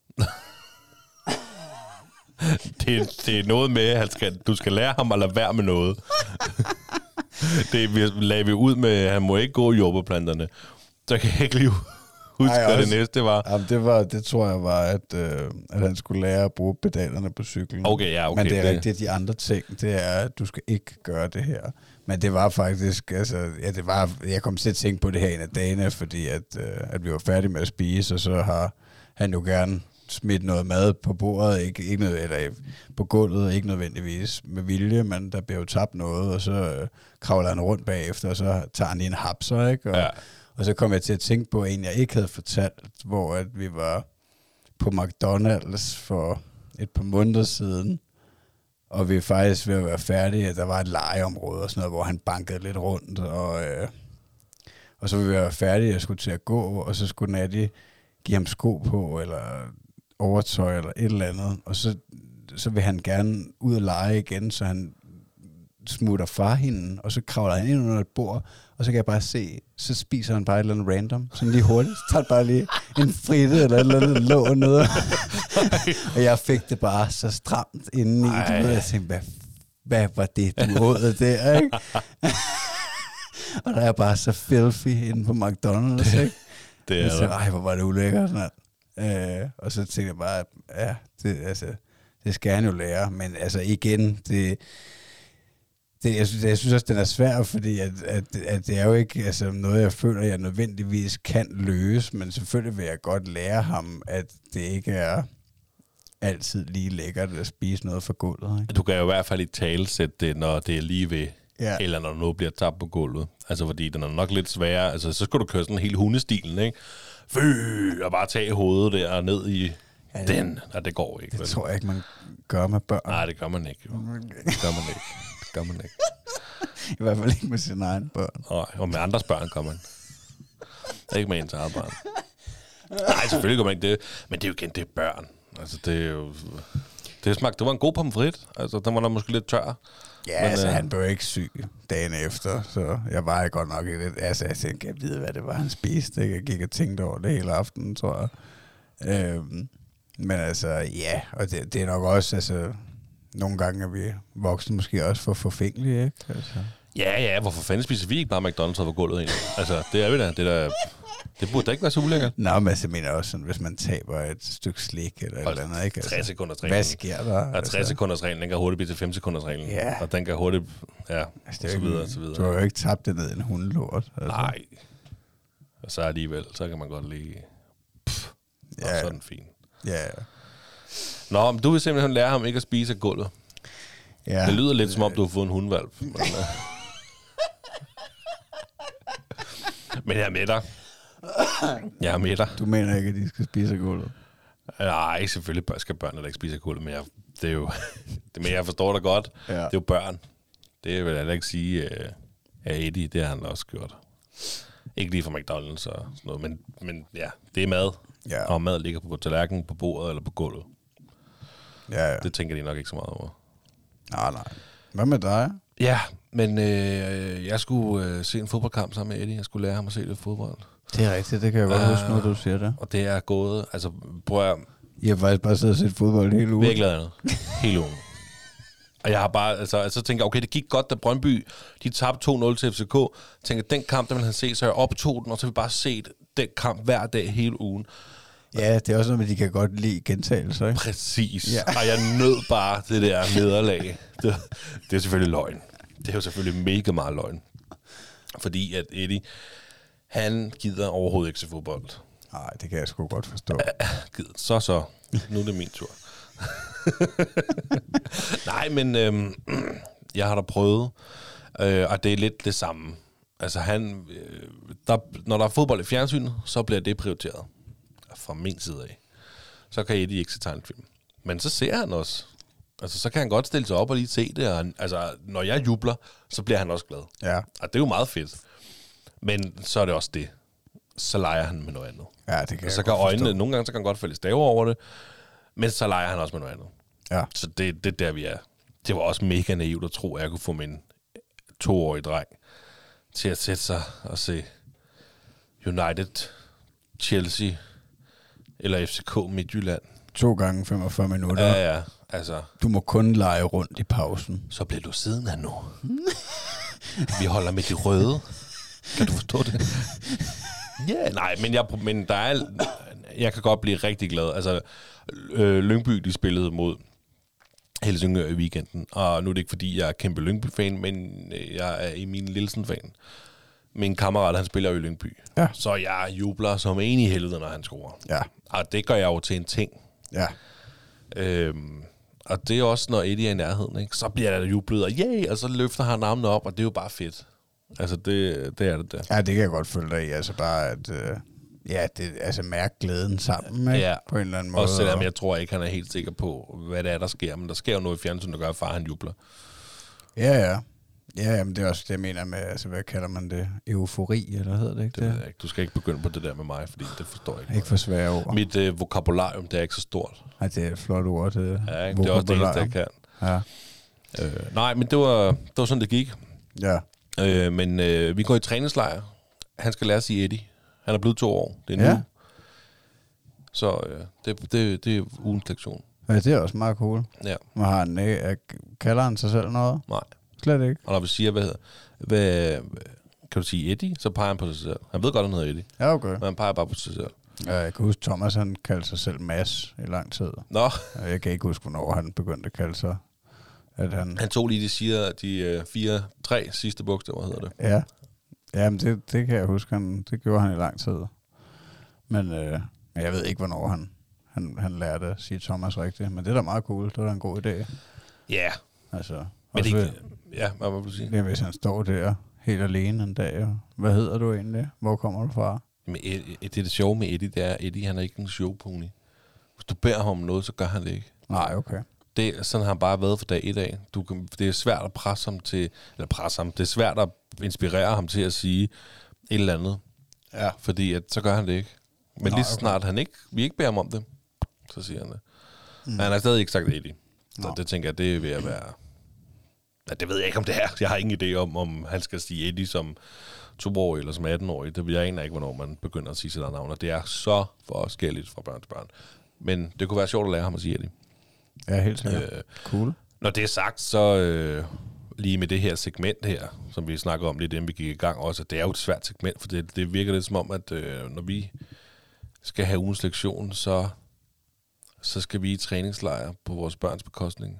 Det, det er noget med, at han skal, du skal lære ham at lade være med noget. Det vi lagde vi ud med, at han må ikke gå i jordbærplanterne. Så kan jeg ikke lige huske, Ej, hvad også- det næste var. Jamen, det, var, det tror jeg var, at, øh, at han skulle lære at bruge pedalerne på cyklen. Okay, ja, okay. Men det er det- rigtigt, de andre ting, det er, at du skal ikke gøre det her. Men det var faktisk, altså, ja, det var, jeg kom til at tænke på det her en af dagene, fordi at, øh, at vi var færdige med at spise, og så har han jo gerne smidt noget mad på bordet, ikke, ikke noget, eller på gulvet, ikke nødvendigvis med vilje, men der bliver jo tabt noget, og så øh, kravler han rundt bagefter, og så tager han lige en hapser, ikke? Og, Ja. og så kom jeg til at tænke på en, jeg ikke havde fortalt, hvor at vi var på McDonald's for et par måneder siden, og vi er faktisk ved at være færdige. Der var et legeområde og sådan noget, hvor han bankede lidt rundt, og, øh, og så var vi ved at være færdige, jeg skulle til at gå, og så skulle Natty give ham sko på, eller overtøj, eller et eller andet, og så, så vil han gerne ud og lege igen, så han smutter fra hende, og så kravler han ind under et bord, og så kan jeg bare se, så spiser han bare et eller andet random, sådan lige hurtigt, så tager han bare lige en fritte eller et eller andet låg ned. Og jeg fik det bare så stramt indeni, du ved, jeg tænkte, hvad, hvad var det, du åd der, ikke? Og der er bare så filthy inde på McDonald's, ikke? Det er jeg tænkte, ej, hvor var det ulækkert, sådan øh, og så tænkte jeg bare, ja, det, altså, det skal han jo lære, men altså igen, det... Det, jeg, synes, jeg synes også, den er svær, fordi at, at, at det er jo ikke altså, noget, jeg føler, jeg nødvendigvis kan løse, men selvfølgelig vil jeg godt lære ham, at det ikke er altid lige lækkert at spise noget fra gulvet. Ikke? Du kan jo i hvert fald ikke talesætte det, når det er lige ved, ja. Eller når noget bliver tabt på gulvet. Altså, fordi den er nok lidt sværere. Altså, så skal du køre sådan hele hundestilen, ikke? Fy, og bare tage hovedet der og ned i ja, det, den. Nej, det går ikke. Det vel? tror jeg ikke, man gør med børn. Nej, det gør man ikke. Jo. Det gør man ikke. Det gør man ikke. I hvert fald ikke med sine egne børn. Nej, og med andres børn gør man. Ikke med ens eget børn. Nej, selvfølgelig gør man ikke det. Men det er jo igen, det er børn. Altså, det er jo... Det smagte, det var en god pomfrit. Altså, den var da måske lidt tør. Ja, men, altså, øh... han blev ikke syg dagen efter, så jeg var godt nok i det. Altså, jeg tænkte, jeg ved, hvad det var, han spiste. Ikke? Jeg gik og tænkte over det hele aftenen, tror jeg. Øhm, men altså, ja, og det, det er nok også, altså... Nogle gange er vi voksne måske også for forfængelige, ikke? Altså. Ja, ja, hvorfor fanden spiser vi ikke bare McDonald's på gulvet egentlig? Altså, det er vi da. Det, der, det burde da ikke være så ulækkert. Nå, men altså, jeg mener også sådan, hvis man taber et stykke slik eller et eller andet, ikke? Altså, tres sekunders reglen. Hvad sker der? Og tres sekunders reglen, den kan hurtigt blive til fem sekunders reglen. Ja. Og den kan hurtigt, ja, altså, og så videre, og så videre. Du har jo ikke tabt det ned i en hundelort. Altså. Nej. Og så alligevel, så kan man godt lige... Pff, ja. Og så er den fin. Ja. Nå, men du vil simpelthen lære ham ikke at spise af gulvet. Ja. Det lyder lidt som om, du har fået en hundvalp. Men, men jeg er med dig. Jeg er med dig. Du mener ikke, at de skal spise af gulvet? Nej, selvfølgelig skal børn ikke spise af gulvet, men jeg, det er jo... det, men jeg forstår det godt. Ja. Det er jo børn. Det vil jeg ikke sige, at Eddie, det har han også gjort. Ikke lige fra McDonald's og sådan noget, men, men ja, det er mad. Ja. Og mad ligger på tallerkenen, på bordet eller på gulvet. Ja, ja. Det tænker de nok ikke så meget over. Nej, nej. Hvad med dig? Ja, men øh, jeg skulle øh, se en fodboldkamp sammen med Eddie. Jeg skulle lære ham at se lidt fodbold. Det er rigtigt, det kan jeg godt uh, huske, når du siger det. Og det er gået, altså prøv at... I har faktisk bare siddet og set fodbold hele ugen. Virkelig andet. Hele ugen. Og jeg har bare, altså, altså tænker okay, det gik godt, da Brøndby, de tabte to nul til F C K. Tænker, den kamp, der vil han se, så jeg optog den, og så vil jeg bare set den kamp hver dag hele ugen. Ja, det er også noget, at de kan godt lide gentagelser, ikke? Præcis. Ja. Og jeg nød bare det der nederlag. Det, det er selvfølgelig løgn. Det er jo selvfølgelig mega meget løgn. Fordi at Eddie, han gider overhovedet ikke se fodbold. Nej, det kan jeg sgu godt forstå. Så så. Nu er det min tur. Nej, men øhm, jeg har da prøvet, øh, og det er lidt det samme. Altså han, øh, der, når der er fodbold i fjernsynet, så bliver det prioriteret. Fra min side af. Så kan Eddie ikke se tegnefilm. Men så ser han også. Altså, så kan han godt stille sig op og lige se det. Og, altså, når jeg jubler, så bliver han også glad. Ja. Og det er jo meget fedt. Men så er det også det. Så leger han med noget andet. Ja, det kan og så kan øjnene, forstå. Nogle gange så kan han godt falde staver over det. Men så leger han også med noget andet. Ja. Så det, det er der, vi er. Det var også mega naivt at tro, at jeg kunne få min toårige dreng til at sætte sig og se United, Chelsea eller F C K Midtjylland. To gange femogfyrre minutter. Ja, ja. Altså, du må kun lege rundt i pausen. Så bliver du siden af nu. Vi holder med de røde. Kan du forstå det? Ja, yeah. Nej, men, jeg, men der er, jeg kan godt blive rigtig glad. Altså, øh, Lyngby, de spillede mod Helsingør i weekenden. Og nu er det ikke, fordi jeg er kæmpe Lyngby-fan, men jeg er Emil Nielsen-fan. Min kammerat, han spiller jo i Lyngby. Ja. Så jeg jubler som en i helvede, når han scorer. Ja. Og det gør jeg jo til en ting. Ja. Øhm, og det er også, når Eddie er i nærheden, ikke? Så bliver der jublet, og yeah, og så løfter han armene op, og det er jo bare fedt. Altså, det, det er det der. Ja, det kan jeg godt følge dig i. Altså bare, at øh, ja, det, altså mærke glæden sammen, ikke? Ja. På en eller anden måde. Også selvom jeg tror ikke, han er helt sikker på, hvad det er, der sker. Men der sker jo noget i fjernsynet, der gør, at far han jubler. Ja, ja. Ja, jamen det er også det, jeg mener med, altså hvad kalder man det? Eufori, eller hedder det ikke det? Det ved jeg ikke. Du skal ikke begynde på det der med mig, fordi det forstår jeg ikke. Ikke for svære ord. Mit øh, vokabularium, det er ikke så stort. Nej, det er et flot ord. Det ja, ikke? Det er også det eneste, jeg kan. Ja. Øh, nej, men det var, det var sådan, det gik. Ja. Øh, men øh, vi går i træningslejr. Han skal lære at sige Eddie. Han er blevet to år. Det er Ja. nu. Så øh, det, det, det er ugens lektion. Ja, det er også meget cool. Ja. Men har han, ikke- kalder han sig selv noget? Nej. Slet ikke. Og når vi siger, hvad hedder... Hvad, kan du sige Eddie? Så peger han på sig selv. Han ved godt, han hedder Eddie. Ja, okay. Men han peger bare på sig selv. Ja, jeg kan huske, Thomas han kaldte sig selv Mads i lang tid. Nå, Jeg kan ikke huske, hvornår han begyndte at kalde sig. At han... han tog lige de, siger, de øh, fire, tre sidste bogstaver, hedder det. Ja, Jamen, det, det kan jeg huske. Han, det gjorde han i lang tid. Men øh, jeg ved ikke, hvornår han, han, han lærte at sige Thomas rigtigt. Men det er da meget cool. Det er da en god idé. Ja. Yeah. Altså, Men også, det, ja, hvad vil du sige? det, hvis han står der helt alene en dag. Og, hvad hedder du egentlig? Hvor kommer du fra? Men Eddie, det er det sjove med Eddie, det er, Eddie han er ikke en showpony. Hvis du beder ham om noget, så gør han det ikke. Nej, okay. Det, sådan har han bare været for dag et af. Du kan, det er svært at presse ham til, eller presse ham, det er svært at inspirere ham til at sige et eller andet. Ja. Fordi at, så gør han det ikke. Men Nej, lige så okay. snart han ikke, vi ikke beder ham om det, så siger han det. Mm. Men han har stadig ikke sagt Eddie. Så Nå. det tænker jeg, det er ved at være... Ja, det ved jeg ikke, om det er. Jeg har ingen idé om, om han skal sige Eddie som to-årig eller som atten-årig. Det vil jeg egentlig ikke, hvornår man begynder at sige sit eget navn. Og det er så forskelligt fra børn til børn. Men det kunne være sjovt at lære ham at sige Eddie. Ja, helt sikkert. Øh, Cool. Når det er sagt, så øh, lige med det her segment her, som vi snakker om lidt inden vi gik i gang også, det er jo et svært segment, for det, det virker lidt som om, at øh, når vi skal have ugens lektion, så, så skal vi i træningslejr på vores børns bekostning.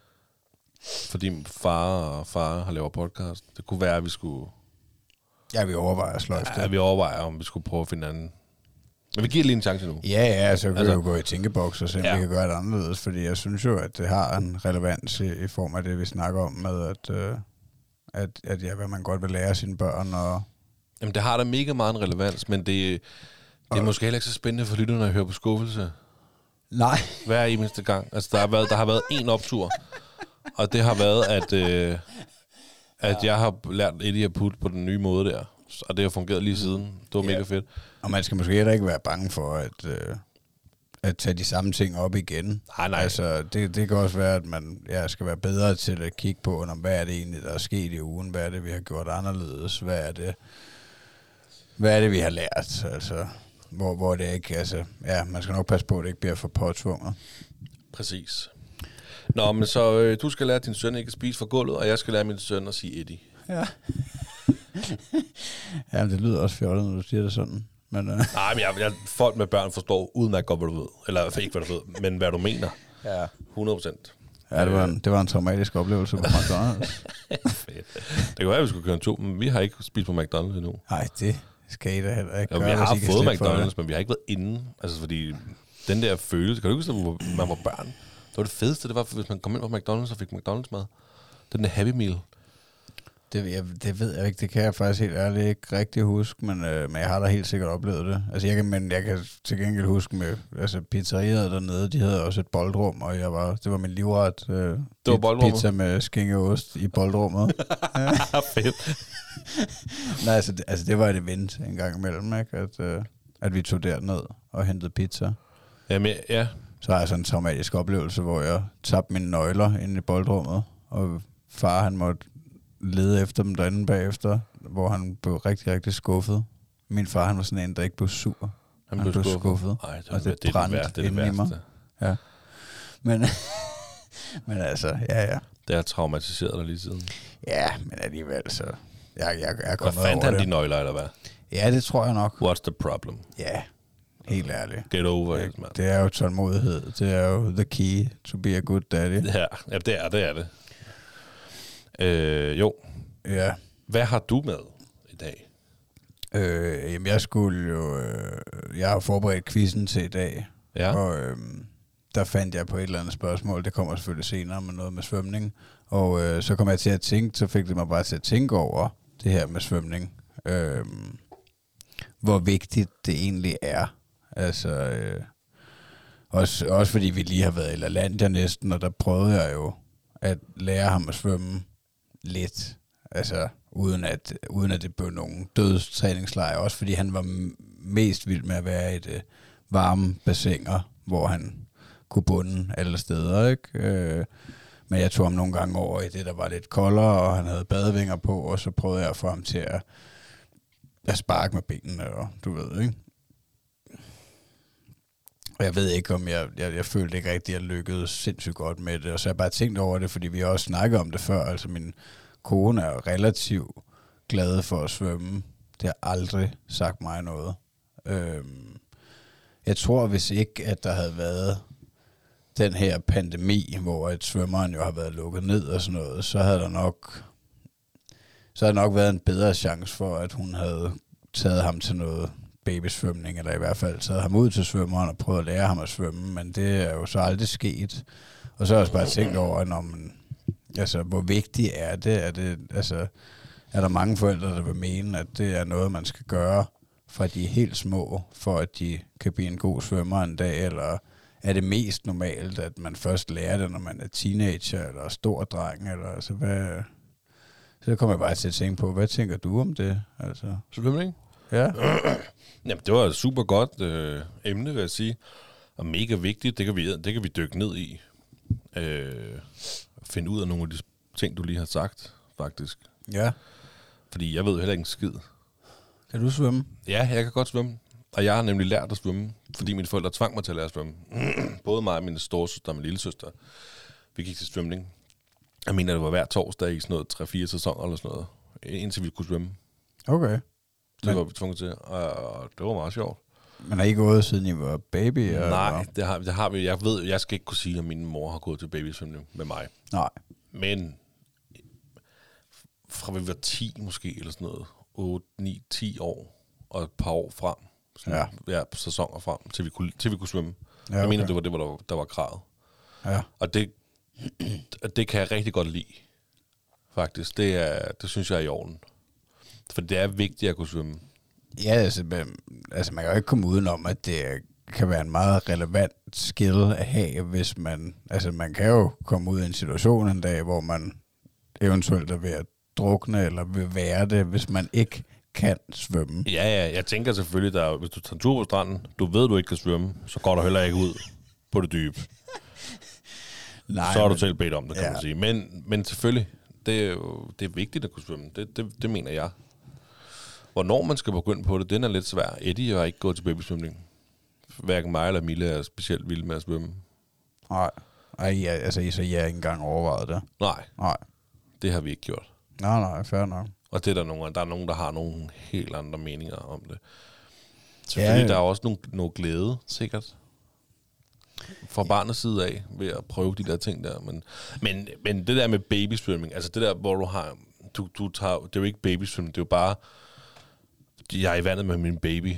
Fordi far og far har lavet podcast. Det kunne være, at vi skulle... Ja, vi overvejer at sløjfe Ja, det. vi overvejer, om vi skulle prøve at finde anden. Men vi giver lige en chance nu. Ja, ja, så kan Altså- altså, vi jo gå i tænkeboks og se, om Ja. ja. vi kan gøre det anderledes, fordi jeg synes jo, at det har en relevans i, i form af det, vi snakker om med, at, øh, at, at ja, hvad man godt vil lære sine børn. Og Jamen, det har da mega meget en relevans, men det, det er Og- måske heller ikke så spændende for lytterne at høre på skuffelse. Nej. Hver eneste gang. Altså, der har været, der har været en optur, og det har været, at, øh, at jeg har lært Eddie at putte på den nye måde der. Og det har fungeret lige siden. Det var Ja. mega fedt. Og man skal måske heller ikke være bange for at, øh, at tage de samme ting op igen. Nej, nej. Altså, det, det kan også være, at man ja, skal være bedre til at kigge på, om, hvad er det egentlig, der er sket i ugen? Hvad er det, vi har gjort anderledes? Hvad er det, hvad er det vi har lært? Altså, hvor, hvor det ikke... Altså, ja, man skal nok passe på, at det ikke bliver for påtvunget. Præcis. Nå, men så øh, du skal lære din søn ikke at spise fra gulvet, og jeg skal lære min søn at sige Eddie. Ja. Ja, men det lyder også fjollet, når du siger det sådan. Men, øh. Nej, men jeg, jeg, folk med børn forstår udmærket godt, hvad du ved. Eller ikke, hvad du ved, men hvad du mener. Ja. hundrede procent. Ja, det var, en, det var en traumatisk oplevelse på McDonald's. Fedt. Det kan være, at vi skulle køre en tur, men vi har ikke spist på McDonald's endnu. Nej, det skal I da heller ikke Jo, gøre, vi har hvis I kan fået slippe for McDonald's, det. men vi har ikke været inde. Altså, fordi den der følelse... Kan du huske, hvor man var børn? Det var det fedeste, det var, hvis man kom ind på McDonald's og fik McDonald's-mad. Det er den der Happy Meal. Det, jeg, det ved jeg ikke, det kan jeg faktisk helt ærligt ikke rigtig huske, men, øh, men jeg har da helt sikkert oplevet det. Altså jeg kan, men jeg kan til gengæld huske med, altså pizzeriet dernede, de havde også et boldrum, og jeg var, det var min livret. Øh, Det var boldrummet? Pizza med skinkeost i boldrummet. Fedt. Nej, altså det, altså det var et event en gang imellem, ikke? At, øh, at vi tog derned og hentede pizza. Jamen, ja. Så har jeg sådan en traumatisk oplevelse, hvor jeg tabte mine nøgler inde i boldrummet, og far han måtte lede efter dem derinde bagefter, hvor han blev rigtig, rigtig skuffet. Min far, han var sådan en, der ikke blev sur. Han Han blev blev skuffet. skuffet. Ej, det, Og det det, er brændte det, værste, det er det inde i mig. værste. Ja. Men, men altså, ja, ja. Det har traumatiseret dig lige siden. Ja, men alligevel, så... Jeg, jeg, jeg er Hvad kommet fandt over han det. de nøgler, eller hvad? Ja, det tror jeg nok. What's the problem? Ja, helt ærligt. Get over Det, it, man. det er jo tålmodighed. Det er jo the key to be a good daddy. Ja, ja, det er det, er det. Øh, jo. Ja. Hvad har du med i dag? Øh, jamen, jeg skulle jo... Øh, jeg har forberedt quizzen til i dag. Ja. Og øh, der fandt jeg på et eller andet spørgsmål. Det kommer selvfølgelig senere med noget med svømning. Og øh, så kom jeg til at tænke, så fik det mig bare til at tænke over det her med svømning. Øh, hvor vigtigt det egentlig er. Altså... Øh, også, også fordi vi lige har været i LaLandia næsten, og der prøvede jeg jo at lære ham at svømme lidt. Altså, uden at, uden at det blev nogen dødstræningslejr. Også fordi han var m- mest vild med at være i et øh, varme bassiner, hvor han kunne bunde alle steder, ikke? Øh, Men jeg tog ham nogle gange over i det, der var lidt koldere, og han havde badevinger på, og så prøvede jeg at få ham til at, at sparke med benene, og du ved, ikke? Og jeg ved ikke, om jeg, jeg, jeg følte ikke rigtig, at jeg lykkedes sindssygt godt med det, og så har jeg bare tænkt over det, fordi vi har også snakket om det før, altså min kone er relativt glad for at svømme. Det har aldrig sagt mig noget. Øhm, jeg tror, hvis ikke, at der havde været den her pandemi, hvor et svømmeren jo har været lukket ned og sådan noget, så havde der nok, så havde der nok været en bedre chance for, at hun havde taget ham til noget babysvømning, eller i hvert fald taget ham ud til svømmeren og prøvet at lære ham at svømme, men det er jo så aldrig sket. Og så har jeg også bare tænkt over, når man, altså, hvor vigtigt er det? Er det, altså, er der mange forældre, der vil mene, at det er noget, man skal gøre, fra de er helt små, for at de kan blive en god svømmer en dag, eller er det mest normalt, at man først lærer det, når man er teenager, eller stor dreng, eller altså, hvad... Så kommer jeg bare til at tænke på, hvad tænker du om det? Altså. Svømning? Ja. Jamen, det var et super godt øh, emne, vil jeg sige. Og mega vigtigt, det kan vi, det kan vi dykke ned i. Øh, finde ud af nogle af de ting, du lige har sagt, faktisk. Ja. Fordi jeg ved heller ikke en skid. Kan du svømme? Ja, jeg kan godt svømme. Og jeg har nemlig lært at svømme, fordi mine forældre tvang mig til at lære at svømme. Både mig og min storesøster og min lillesøster. Vi gik til svømning. Jeg mener, det var hver torsdag i sådan noget tre fire sæsoner eller sådan noget. Indtil vi kunne svømme. Okay. Det men, var vi tvunget til, og det var meget sjovt. Men har I gået, siden I var baby? Nej, det har, det har vi. Jeg ved, jeg skal ikke kunne sige, at min mor har gået til babysvømning med mig. Nej. Men fra vi var ti måske, eller sådan noget, otte, ni, ti år, og et par år frem, sådan, ja. Ja, sæsoner frem, til vi kunne, til vi kunne svømme. Ja, okay. Jeg mener, det var det, der, der var kravet. Ja. Og det, det kan jeg rigtig godt lide, faktisk. Det, er, det synes jeg er i orden. For det er vigtigt at kunne svømme. Ja, altså, altså man kan jo ikke komme udenom, at det kan være en meget relevant skill at have, hvis man... Altså man kan jo komme ud i en situation en dag, hvor man eventuelt er ved at drukne, eller vil være det, hvis man ikke kan svømme. Ja, ja, jeg tænker selvfølgelig, der, hvis du tager en tur på stranden, du ved, du ikke kan svømme, så går du heller ikke ud på det dybe. Nej, så er du selv bedt om det, kan ja. man sige. Men, men selvfølgelig, det er jo det er vigtigt at kunne svømme. Det, det, det mener jeg. Hvornår man skal begynde på det, den er lidt svær. Eddie har ikke gået til babysvømning. Hverken mig eller Mille er specielt vilde med at svømme. Nej, Ej, ja, altså så jeg har ikke engang overvejet det. Nej, nej, det har vi ikke gjort. Nej, nej, fair nok. Og det er der nogen, der er nogen, der har nogle helt andre meninger om det. Selvfølgelig, ja, der er også nogle, nogle glæde, sikkert. Fra barnets side af, ved at prøve de der ting der. Men, men, men det der med babysvømning, altså det der, hvor du har... Du, du tager, det er jo ikke babysvømning, det er jo bare... Jeg er i vandet med min baby.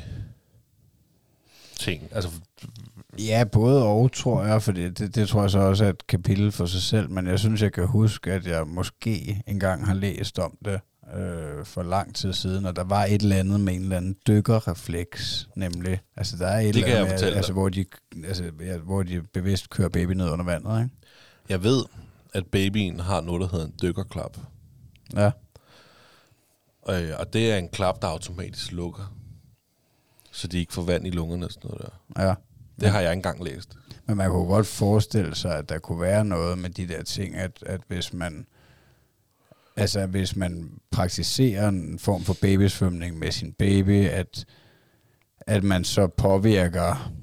Ting. Altså... Ja, både og, tror jeg, for det, det, det tror jeg så også er et kapitel for sig selv, men jeg synes, jeg kan huske, at jeg måske engang har læst om det øh, for lang tid siden, og der var et eller andet med en eller anden dykkerrefleks, nemlig. Altså, der er et det eller andet, med, altså, hvor, de, altså, ja, hvor de bevidst kører baby ned under vandet, ikke? Jeg ved, at babyen har noget, der hedder en dykkerklap. Ja. Og, og det er en klap, der automatisk lukker, så de ikke får vand i lungerne og sådan noget der. Ja. Det har jeg ikke engang læst. Men man kunne godt forestille sig, at der kunne være noget med de der ting, at, at hvis man altså hvis man praktiserer en form for babysvømning med sin baby, at, at man så påvirker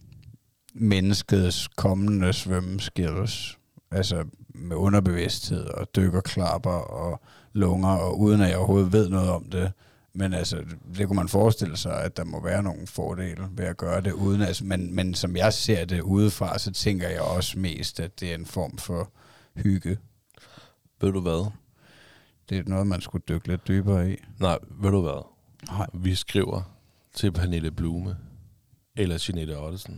menneskets kommende svømmeskills, altså med underbevidsthed og dykkerklapper og lunger, og uden at jeg overhovedet ved noget om det. Men altså, det kunne man forestille sig, at der må være nogle fordele ved at gøre det uden. Altså, men, men som jeg ser det udefra, så tænker jeg også mest, at det er en form for hygge. Ved du hvad? Det er noget, man skulle dykke lidt dybere i. Nej, ved du hvad? Nej. Vi skriver til Pernille Blume eller Jeanette Ottesen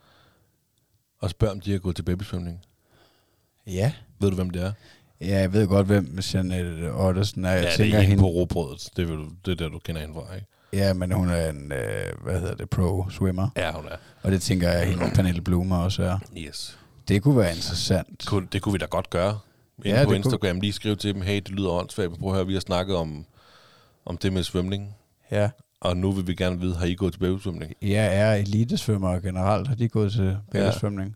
og spørger, om de har gået til babysvømning. Ja. Ved du, hvem det er? Ja, jeg ved godt, hvem Jeanette Ottesen er. Jeg ja, tænker det er hende hende på robrødet. Det er, du, det er der, du kender hende fra, ikke? Ja, men hun er en, øh, hvad hedder det, pro-swimmer. Ja, hun er. Og det tænker jeg, hende Pernille Blume også er. Yes. Det kunne være interessant. Kunne, det kunne vi da godt gøre. Inde ja, på Instagram kunne... lige skrive til dem, hey, det lyder åndssvagt. Prøv at høre, vi har snakket om, om det med svømning. Ja. Og nu vil vi gerne vide, har I gået til babysvømning? Ja, er elitesvømmere generelt, har de gået til babysvømning?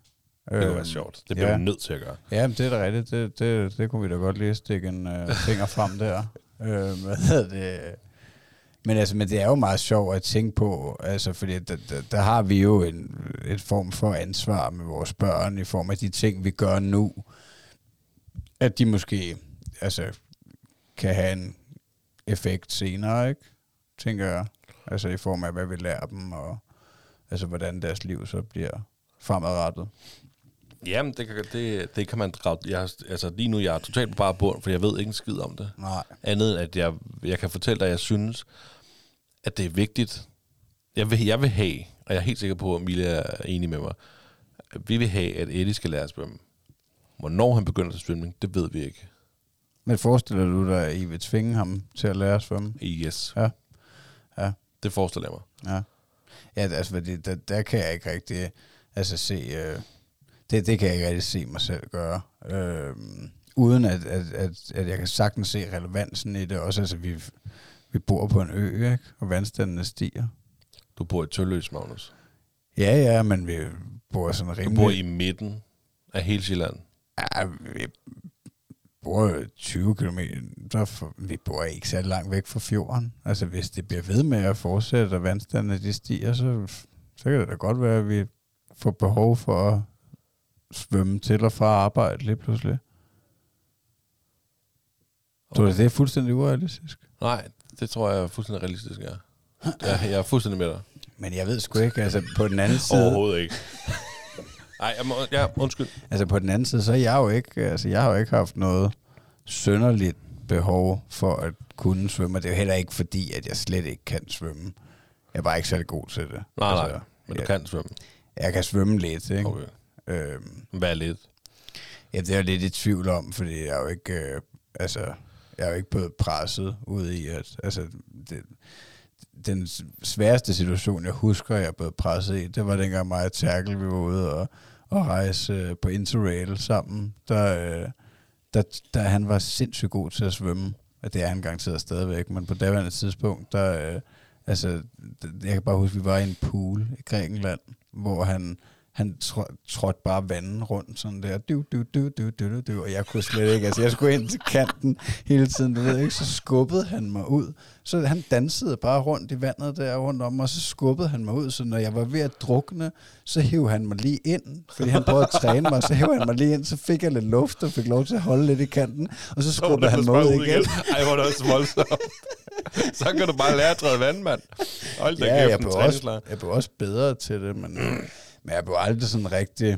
Det kunne være sjovt. Det bliver ja. vi nødt til at gøre. Ja, men det er da rigtigt. Det, det, det kunne vi da godt lige stikke en uh, finger frem der. Uh, hvad hedder det? Men, altså, men det er jo meget sjovt at tænke på, altså, fordi der, der, der har vi jo en, et form for ansvar med vores børn i form af de ting, vi gør nu. At de måske altså, kan have en effekt senere, ikke? Tænker jeg. Altså i form af, hvad vi lærer dem, og altså, hvordan deres liv så bliver fremadrettet. Jamen, det kan, det, det kan man drage. Jeg, altså lige nu, jeg er totalt på bare bund, for jeg ved ikke en skid om det. Nej. Andet end, at jeg, jeg kan fortælle dig, at jeg synes, at det er vigtigt. Jeg vil, jeg vil have, og jeg er helt sikker på, at Emilie er enig med mig, at vi vil have, at Eddie skal lære at svømme. Hvornår han begynder til svømning, det ved vi ikke. Men forestiller du dig, at I vil tvinge ham til at lære at svømme? Yes. Ja. Ja. Det forestiller jeg mig. Ja. Ja, altså, fordi der, der kan jeg ikke rigtig altså, se... Øh, det, det kan jeg ikke rigtig se mig selv gøre. Øh, uden at, at, at, at jeg kan sagtens se relevansen i det. Også altså, vi, vi bor på en ø, ikke? Og vandstandene stiger. Du bor i Tølløs, Magnus. Ja, ja, men vi bor sådan rimelig... Du bor i midten af hele Sjælland. Ja, vi bor tyve kilometer, for, vi bor ikke så langt væk fra fjorden. Altså, hvis det bliver ved med at fortsætte, og vandstandene de stiger, så, så kan det da godt være, at vi får behov for at svømme til og fra arbejde lige pludselig. Okay. Tror du, det er fuldstændig urealistisk? Nej, det tror jeg er fuldstændig realistisk, ja. Jeg, jeg er fuldstændig med dig. Men jeg ved sgu ikke, altså på den anden side... Overhovedet ikke. Nej, jeg må, ja, undskyld. Altså på den anden side, så er jeg jo ikke, altså jeg har jo ikke haft noget synderligt behov for at kunne svømme. Det er jo heller ikke fordi, at jeg slet ikke kan svømme. Jeg er bare ikke særlig god til det. Nej, altså, nej, men du jeg, kan svømme. Jeg kan svømme lidt, ikke? Okay. Øhm, Hvad er lidt? ja, det er jeg lidt i tvivl om, fordi jeg er jo ikke, øh, altså, jeg er jo ikke blevet presset ud i, at, altså, det, den sværeste situation, jeg husker, jeg er blevet presset i, det var dengang mig og Terkel, vi var ude og, og rejse øh, på Interrail sammen, der, øh, der, der han var sindssygt god til at svømme. Det er han garanteret stadigvæk, men på daværende tidspunkt, der, øh, altså, jeg kan bare huske, vi var i en pool i Grækenland, hvor han, han trådte bare vandet rundt sådan der, du, du, du, du, du, du, og jeg kunne slet ikke, altså jeg skulle ind til kanten hele tiden, du ved ikke, så skubbede han mig ud, så han dansede bare rundt i vandet der rundt om, og så skubbede han mig ud, så når jeg var ved at drukne, så hæv han mig lige ind, fordi han prøvede at træne mig, så hæv han mig lige ind, så fik jeg lidt luft, og fik lov til at holde lidt i kanten, og så skubbede han mig ud igen. igen. Ej, hvor er det også voldsomt. Så kan du bare lære at træde vand, mand. Hold da ja, kæft, jeg blev, også, jeg blev også bedre til det, men... Men jeg blev aldrig sådan rigtig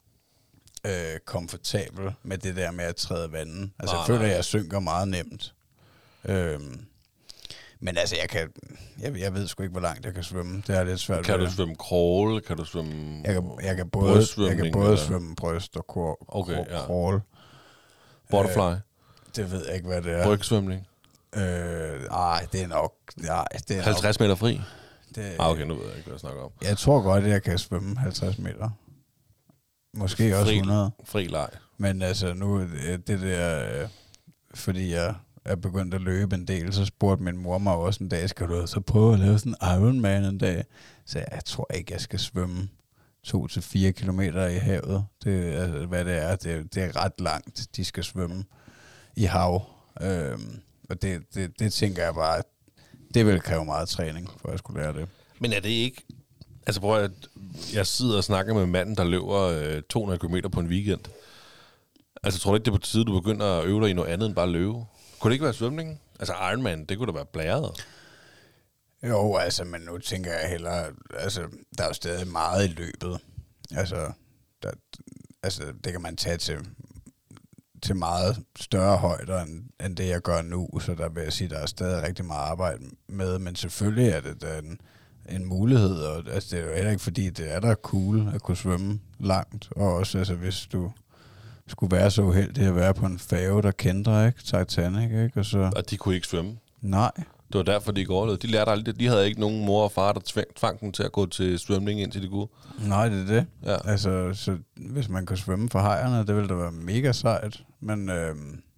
øh, komfortabel med det der med at træde vandet. Altså, nej, jeg føler, nej. at jeg synker meget nemt. Øhm, men altså, jeg kan... Jeg, jeg ved sgu ikke, hvor langt jeg kan svømme. Det er lidt svært. Kan ved. du svømme crawl? Kan du svømme Jeg kan, jeg kan både, jeg kan både svømme bryst og crawl. Okay, ja. crawl. Butterfly? Øh, det ved jeg ikke, hvad det er. Rygsvømning? Øh, nej, det er nok... Nej, det er halvtreds meter fri? Det, ah, okay, nu ved jeg ikke, hvad jeg snakker om. Jeg tror godt, at jeg kan svømme halvtreds meter. Måske fri, også hundrede. Fri leg. Men altså, nu det der... Øh, fordi jeg er begyndt at løbe en del, så spurgte min mor mig også en dag, skal du så prøve at lave sådan en Ironman en dag? Så jeg tror ikke, jeg skal svømme to til fire kilometer i havet. Det, altså, hvad det er, det, det er ret langt, de skal svømme i hav. Øhm, og det, det, det tænker jeg bare, det vil kræve meget træning, for at jeg skulle lære det. Men er det ikke... Altså prøv at... Jeg sidder og snakker med manden, der løber øh, to hundrede kilometer på en weekend. Altså tror du ikke, det er på tide, du begynder at øve dig i noget andet end bare løbe? Kunne det ikke være svømning? Altså Ironman, det kunne da være blæret. Jo, altså, men nu tænker jeg hellere... Altså, der er jo stadig meget i løbet. Altså, der, altså det kan man tage til... til meget større højder, end, end det, jeg gør nu. Så der vil jeg sige, der er stadig rigtig meget arbejde med, men selvfølgelig er det en, en mulighed, og altså, det er jo heller ikke, fordi det er da cool at kunne svømme langt, og også altså, hvis du skulle være så uheldig at være på en færge, der kender, ikke? Titanic, ikke? Og, så... og de kunne ikke svømme? Nej. Det var derfor, de ikke overlevede. De lærte aldrig, de havde ikke nogen mor og far, der tvang, tvang dem til at gå til svømning, indtil de kunne. Nej, det er det. Ja. Altså, så hvis man kunne svømme for hajerne, det ville da være mega sejt. Men, øh,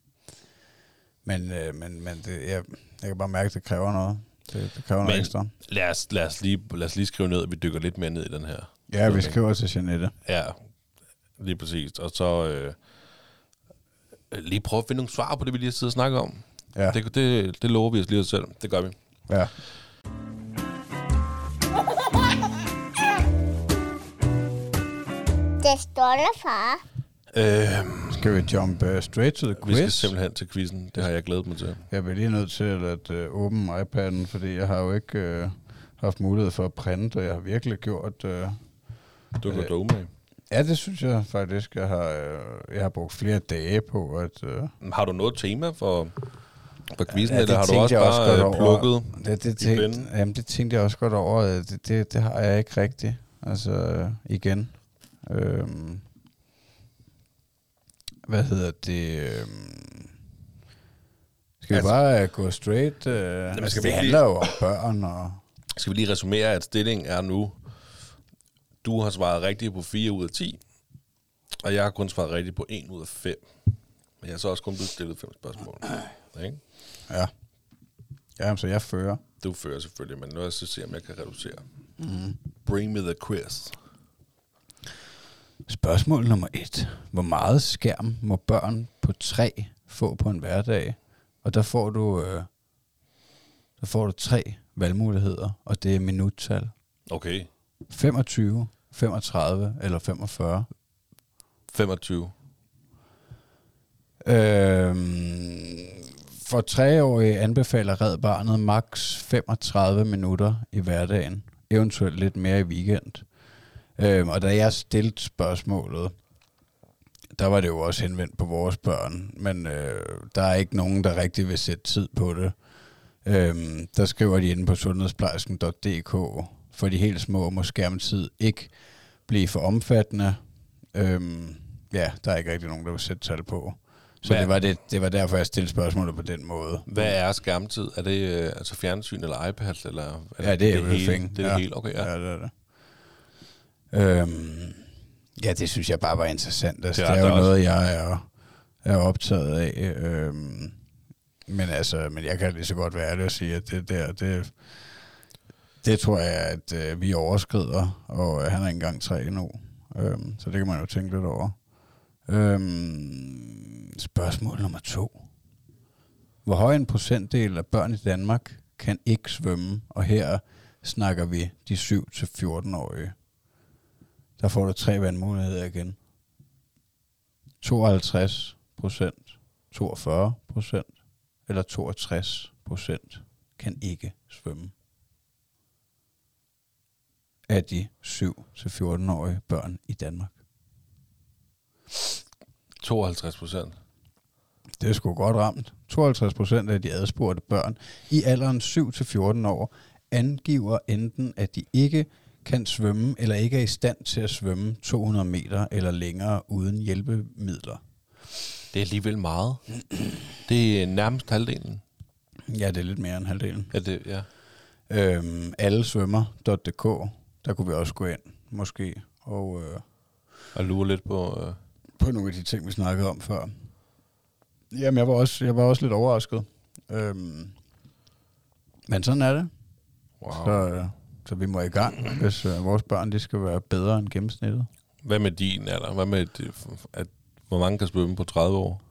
men, øh, men, men det, jeg, jeg kan bare mærke, at det kræver noget. Det, det kræver men noget ekstra. Lad os, lad, os lige, lad os lige skrive ned, at vi dykker lidt mere ned i den her. Ja, vi skriver til Jeanette. Ja. Lige præcis. Og så øh, lige prøve at finde nogle svar på det, vi lige har siddet og snakket om. Ja. Det, det, det lover vi os lige os selv. Det gør vi. Ja. Det står der, far. Øh, Skal vi jump uh, straight to the quiz? vi skal simpelthen til quizzen. Det har jeg glædet mig til. Jeg bliver lige nødt til at uh, åbne iPad'en, fordi jeg har jo ikke uh, haft mulighed for at printe, og jeg har virkelig gjort... Uh, Du kan dumme med. ja, det synes jeg faktisk. Jeg har, uh, jeg har brugt flere dage på at... Uh, Har du noget tema for, for quizzen, ja, eller har du tænkte også jeg bare godt øh, over. plukket det, det, i tænkte, blinde? jamen, det tænkte jeg også godt over. Det, det, det har jeg ikke rigtigt. Altså, uh, igen... Øhm, hvad hedder det? Øhm, skal Altså- vi bare uh, gå straight? Uh, altså, skal vi det ikke handler jo om børn og... Skal vi lige resumere, at stillingen er nu, du har svaret rigtigt på fire ud af ti, og jeg har kun svaret rigtigt på en ud af fem. Men jeg har så også kun blevet stillet fem spørgsmål. Ikke? Ja. Jamen, så jeg fører. Du fører selvfølgelig, men nu er jeg så se, om jeg kan reducere. Mm. Bring me the quiz. Spørgsmål nummer et. Hvor meget skærm må børn på tre få på en hverdag? Og der får du, øh, der får du tre valgmuligheder, og det er minuttal. Okay. femogtyve, femogtredive eller femogfyrre. femogtyve. Øhm, for treårige anbefaler Red Barnet maks femogtredive minutter i hverdagen, eventuelt lidt mere i weekend. Øhm, og da jeg stillede spørgsmålet, der var det jo også henvendt på vores børn, men øh, der er ikke nogen, der rigtig vil sætte tid på det. Øhm, der skriver de inde på sundhedsplejersken punktum d k, for de helt små må skærmtid ikke blive for omfattende. Øhm, ja, der er ikke rigtig nogen, der vil sætte tal på. Så det var, det, det var derfor, jeg stillede spørgsmålet på den måde. Hvad er skærmtid? Er det øh, altså fjernsyn eller iPad? Eller, eller Ja, det er det hele? everything. Det er ja. det hele, okay. Ja. Ja, det er det. Øhm, ja, det synes jeg bare var interessant. Altså, Det det er er, det er jo det noget, jeg er, er optaget af. Øhm, men altså, men jeg kan lige så godt være ærlig og sige, at det der, det, det tror jeg, at øh, vi overskrider, og øh, han er ikke engang tre endnu. Øhm, så det kan man jo tænke lidt over. Øhm, spørgsmål nummer to. Hvor høj en procentdel af børn i Danmark kan ikke svømme? Og her snakker vi de syv til fjorten-årige. Der får du tre valgmuligheder igen. tooghalvtreds procent, toogfyrre procent eller toogtres procent kan ikke svømme. Af de syv til fjorten-årige børn i Danmark. tooghalvtreds procent. Det er sgu godt ramt. tooghalvtreds procent af de adspurgte børn i alderen syv til fjorten år angiver enten, at de ikke kan svømme eller ikke er i stand til at svømme to hundrede meter eller længere uden hjælpemidler. Det er alligevel meget. Det er nærmest halvdelen. Ja, det er lidt mere end halvdelen. Ja, det, ja. Øhm, alle svømmer punktum d k, der kunne vi også gå ind, måske, og øh, Og lure lidt på... Øh. på nogle af de ting, vi snakkede om før. Jamen, jeg var også, jeg var også lidt overrasket. Øhm, men sådan er det. Wow. Så, øh, så vi må i gang, hvis øh, vores børn de skal være bedre end gennemsnittet. Hvad med din alder? Hvad med, det, at, hvor mange kan svømme på tredive år?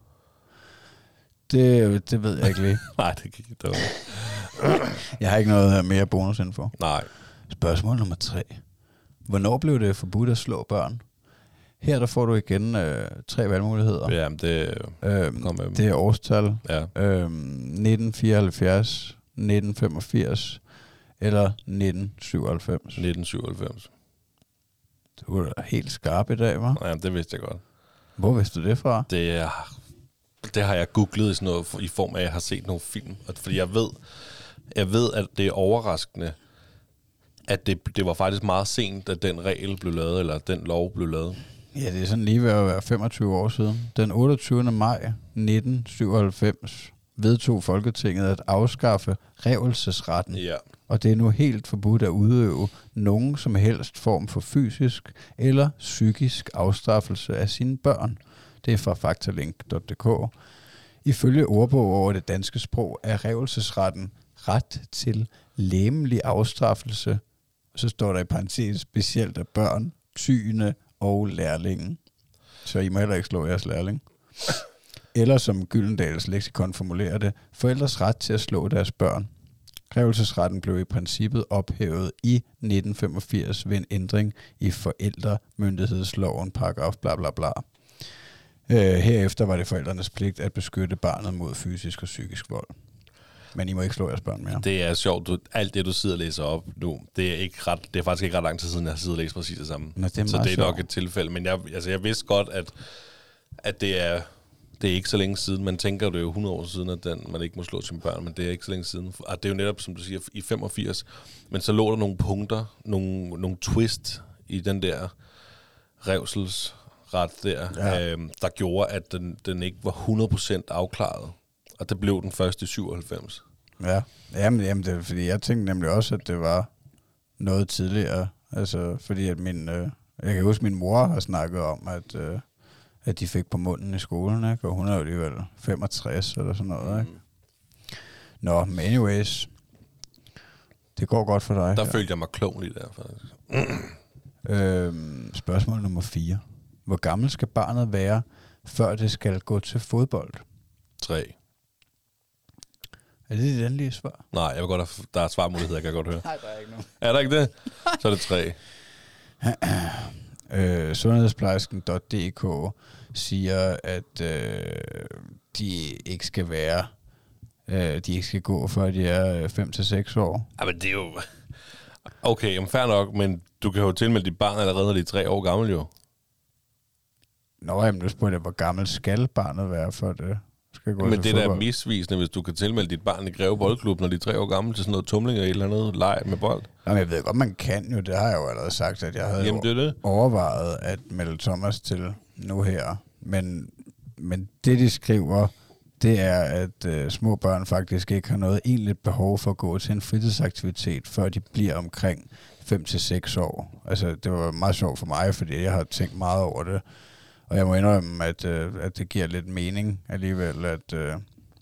Det, det ved jeg ikke lige. Nej, det kan ikke. Jeg har ikke noget mere bonusinfo. Nej. Spørgsmål nummer tre. Hvornår blev det forbudt at slå børn? Her der får du igen øh, tre valgmuligheder. Jamen, det... Øhm, kom med dem. det er årstal. Ja. Øhm, nitten fireoghalvfjerds, nitten femogfirs eller nitten syvoghalvfems. nitten syvoghalvfems. Du er da helt skarp i dag, hva'? Ja, det vidste jeg godt. Hvor vidste du det fra? Det, er, det har jeg googlet i, sådan noget, i form af, at jeg har set nogle film. Og fordi jeg ved, jeg ved, at det er overraskende, at det, det var faktisk meget sent, at den regel blev lavet, eller den lov blev lavet. Ja, det er sådan lige ved at være femogtyve år siden. Den otteogtyvende maj nitten syvoghalvfems vedtog Folketinget at afskaffe revelsesretten. Ja. Og det er nu helt forbudt at udøve nogen som helst form for fysisk eller psykisk afstraffelse af sine børn. Det er fra faktalink punktum d k. Ifølge ordbog over det danske sprog er revelsesretten ret til legemlig afstraffelse, så står der i parentes specielt af børn, tyende og lærlingen. så I må heller ikke slå jeres lærling. Eller som Gyldendals leksikon formulerer det, forældres ret til at slå deres børn. Revselsesretten blev i princippet ophævet i nitten femogfirs ved en ændring i forældremyndighedsloven, paragraf bla bla bla. Øh, herefter var det forældrenes pligt at beskytte barnet mod fysisk og psykisk vold. Men I må ikke slå jeres børn mere. Det er sjovt. Du, alt det, du sidder og læser op nu, det er, ikke ret, det er faktisk ikke ret lang tid siden, jeg har siddet og læst præcis det samme. Nå, det er så det er sjovt. nok et tilfælde. Men jeg, altså, jeg vidste godt, at, at det er... Det er ikke så længe siden. Man tænker, det er jo hundrede år siden, at den, man ikke må slå sine børn, men det er ikke så længe siden. Og det er jo netop, som du siger, i femogfirs. Men så lå der nogle punkter, nogle, nogle twist i den der revselsret der, ja. øhm, der gjorde, at den, den ikke var hundrede procent afklaret. Og det blev den første i syvoghalvfems. Ja, jamen, jamen det er, fordi jeg tænkte nemlig også, at det var noget tidligere. Altså, fordi at min... Øh, jeg kan huske, min mor har snakket om, at... Øh, at de fik på munden i skolen, ikke? Og hun er jo alligevel femogtres eller sådan noget, ikke? Mm. Nå, men anyways, det går godt for dig. Der her. følte jeg mig klog lige der, faktisk. øhm, spørgsmål nummer fire. Hvor gammel skal barnet være, før det skal gå til fodbold? Tre. Er det dit endelige svar? Nej, jeg vil godt have, der er svarmuligheder, kan jeg godt høre. Nej, der er ikke nogen. Er der ikke det? Så er det tre. øh, Sundhedsplejersken punktum d k siger, at øh, de ikke skal være, øh, de ikke skal gå, før de er fem til seks år. Ja, men det er jo... Okay, jamen fair nok, men du kan jo tilmelde dit barn allerede, når de er tre år gammel, jo. Nå, jamen, du spurgte, hvor gammel skal barnet være, for det skal gå men til det fodbold? der er misvisende, hvis du kan tilmelde dit barn i Greve Boldklub, når de er tre år gammel, til sådan noget tumling og et eller andet leg med bold. Jamen, jeg ved godt, man kan jo. Det har jeg jo allerede sagt, at jeg havde Jamen, det er det. overvejet at melde Thomas til nu her. Men, men det, de skriver, det er, at øh, små børn faktisk ikke har noget egentligt behov for at gå til en fritidsaktivitet, før de bliver omkring fem til seks år. Altså, det var meget sjovt for mig, fordi jeg har tænkt meget over det. Og jeg må indrømme, at, øh, at det giver lidt mening alligevel, at, øh,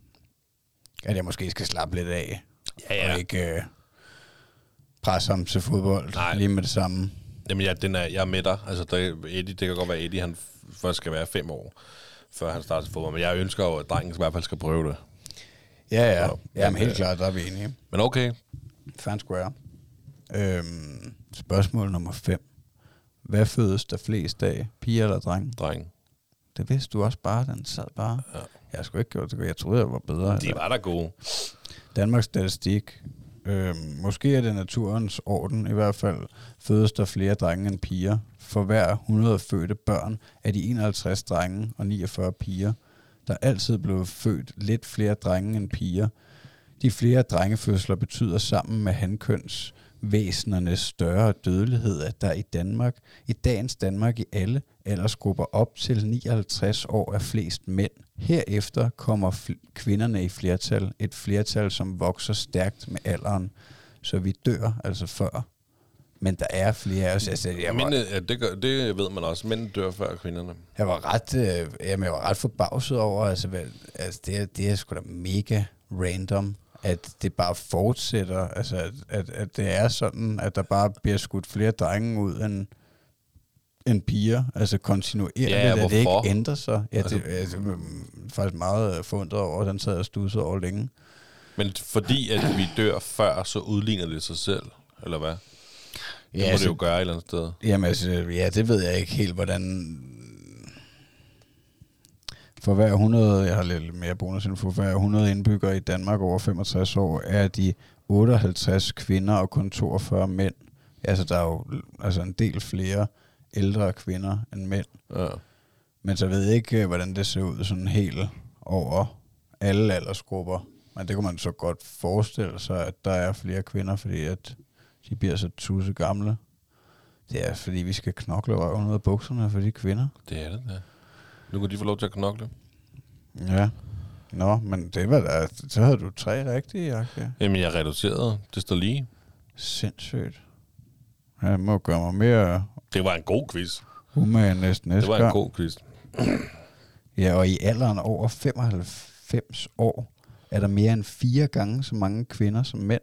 at jeg måske skal slappe lidt af. Ja, ja. Og ikke øh, presse ham til fodbold. Nej. Lige med det samme. Jamen, jeg, den er, jeg er med dig. Altså, der, Eddie, det kan godt være, at Eddie han først skal være fem år, før han starter fodbold. Men jeg ønsker jo, at drengen i hvert fald skal prøve det. Ja, ja. Så, Jamen, men, helt øh, klart, der er vi enige. Men okay. Fan square. Øhm, spørgsmål nummer fem. Hvad fødes der flest af? Piger eller drenge? Dreng. Det vidste du også bare, den sad bare. Ja. Jeg skulle ikke gjort det. Jeg troede, jeg var bedre. De var da gode. Danmarks Statistik. Øhm, måske er det naturens orden. I hvert fald fødes der flere drenge end piger. For hver hundrede fødte børn er de enoghalvtreds drenge og niogfyrre piger. Der er altid blevet født lidt flere drenge end piger. De flere drengefødsler betyder sammen med hankøns væsenernes større dødelighed, at der i Danmark, i dagens Danmark i alle aldersgrupper op til nioghalvtreds år er flest mænd. Herefter kommer fl- kvinderne i flertal, et flertal, som vokser stærkt med alderen, så vi dør altså før. Men der er flere af os. Altså, jeg, var, Men, ja, det, gør, det ved man også. Mænd dør før kvinderne. jeg var ret, øh, jamen, jeg var ret forbavset over, altså, vel, altså det, er, det er sgu da mega random, at det bare fortsætter, altså at, at, at det er sådan, at der bare bliver skudt flere drenge ud end, end piger, altså kontinuerligt, Ja, at det ikke hvorfor? ændrer sig. Ja, det Altså- er altså, mm, faktisk meget forundret over, den sad og studsede over længe. Men fordi at vi dør før, så udligner det sig selv, eller hvad? Det Ja, må altså- det jo gøre et eller andet sted. Jamen altså, ja, det ved jeg ikke helt, hvordan... For hver hundrede, jeg har lidt mere bonusinfo, for hver hundrede indbyggere i Danmark over femogtres år, er de otteoghalvtreds kvinder og kun toogfyrre mænd. Altså, der er jo altså en del flere ældre kvinder end mænd. Ja. Men så ved jeg ikke, hvordan det ser ud sådan helt over alle aldersgrupper. Men det kunne man så godt forestille sig, at der er flere kvinder, fordi at de bliver så tusse gamle. Det er, fordi vi skal knokle røven ud af bukserne for de kvinder. Det er det, ja. Nu kan de få lov til at knokle. Ja. Nå, men det var da... Så havde du tre rigtige, Jakke. Jamen, jeg reducerede. Det står lige. Sindssygt. Jeg må gøre mig mere Det var en god quiz. umage næsten næste Det var en gang. god quiz. Ja, og i alderen over femoghalvfems år er der mere end fire gange så mange kvinder som mænd.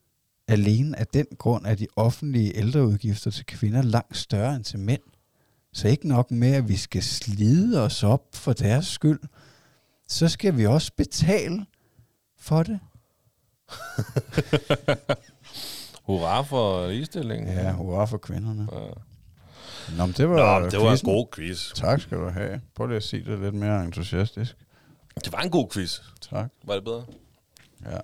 Alene af den grund er de offentlige ældreudgifter til kvinder langt større end til mænd. Så ikke nok med, at vi skal slide os op for deres skyld, så skal vi også betale for det. Hurra for ligestillingen. Ja, hurra for kvinderne. Ja. Nå, men det var, Nå, det var en god quiz. Tak skal du have. Prøv lige at sige det lidt mere entusiastisk. Det var en god quiz. Tak. Var det bedre? Ja.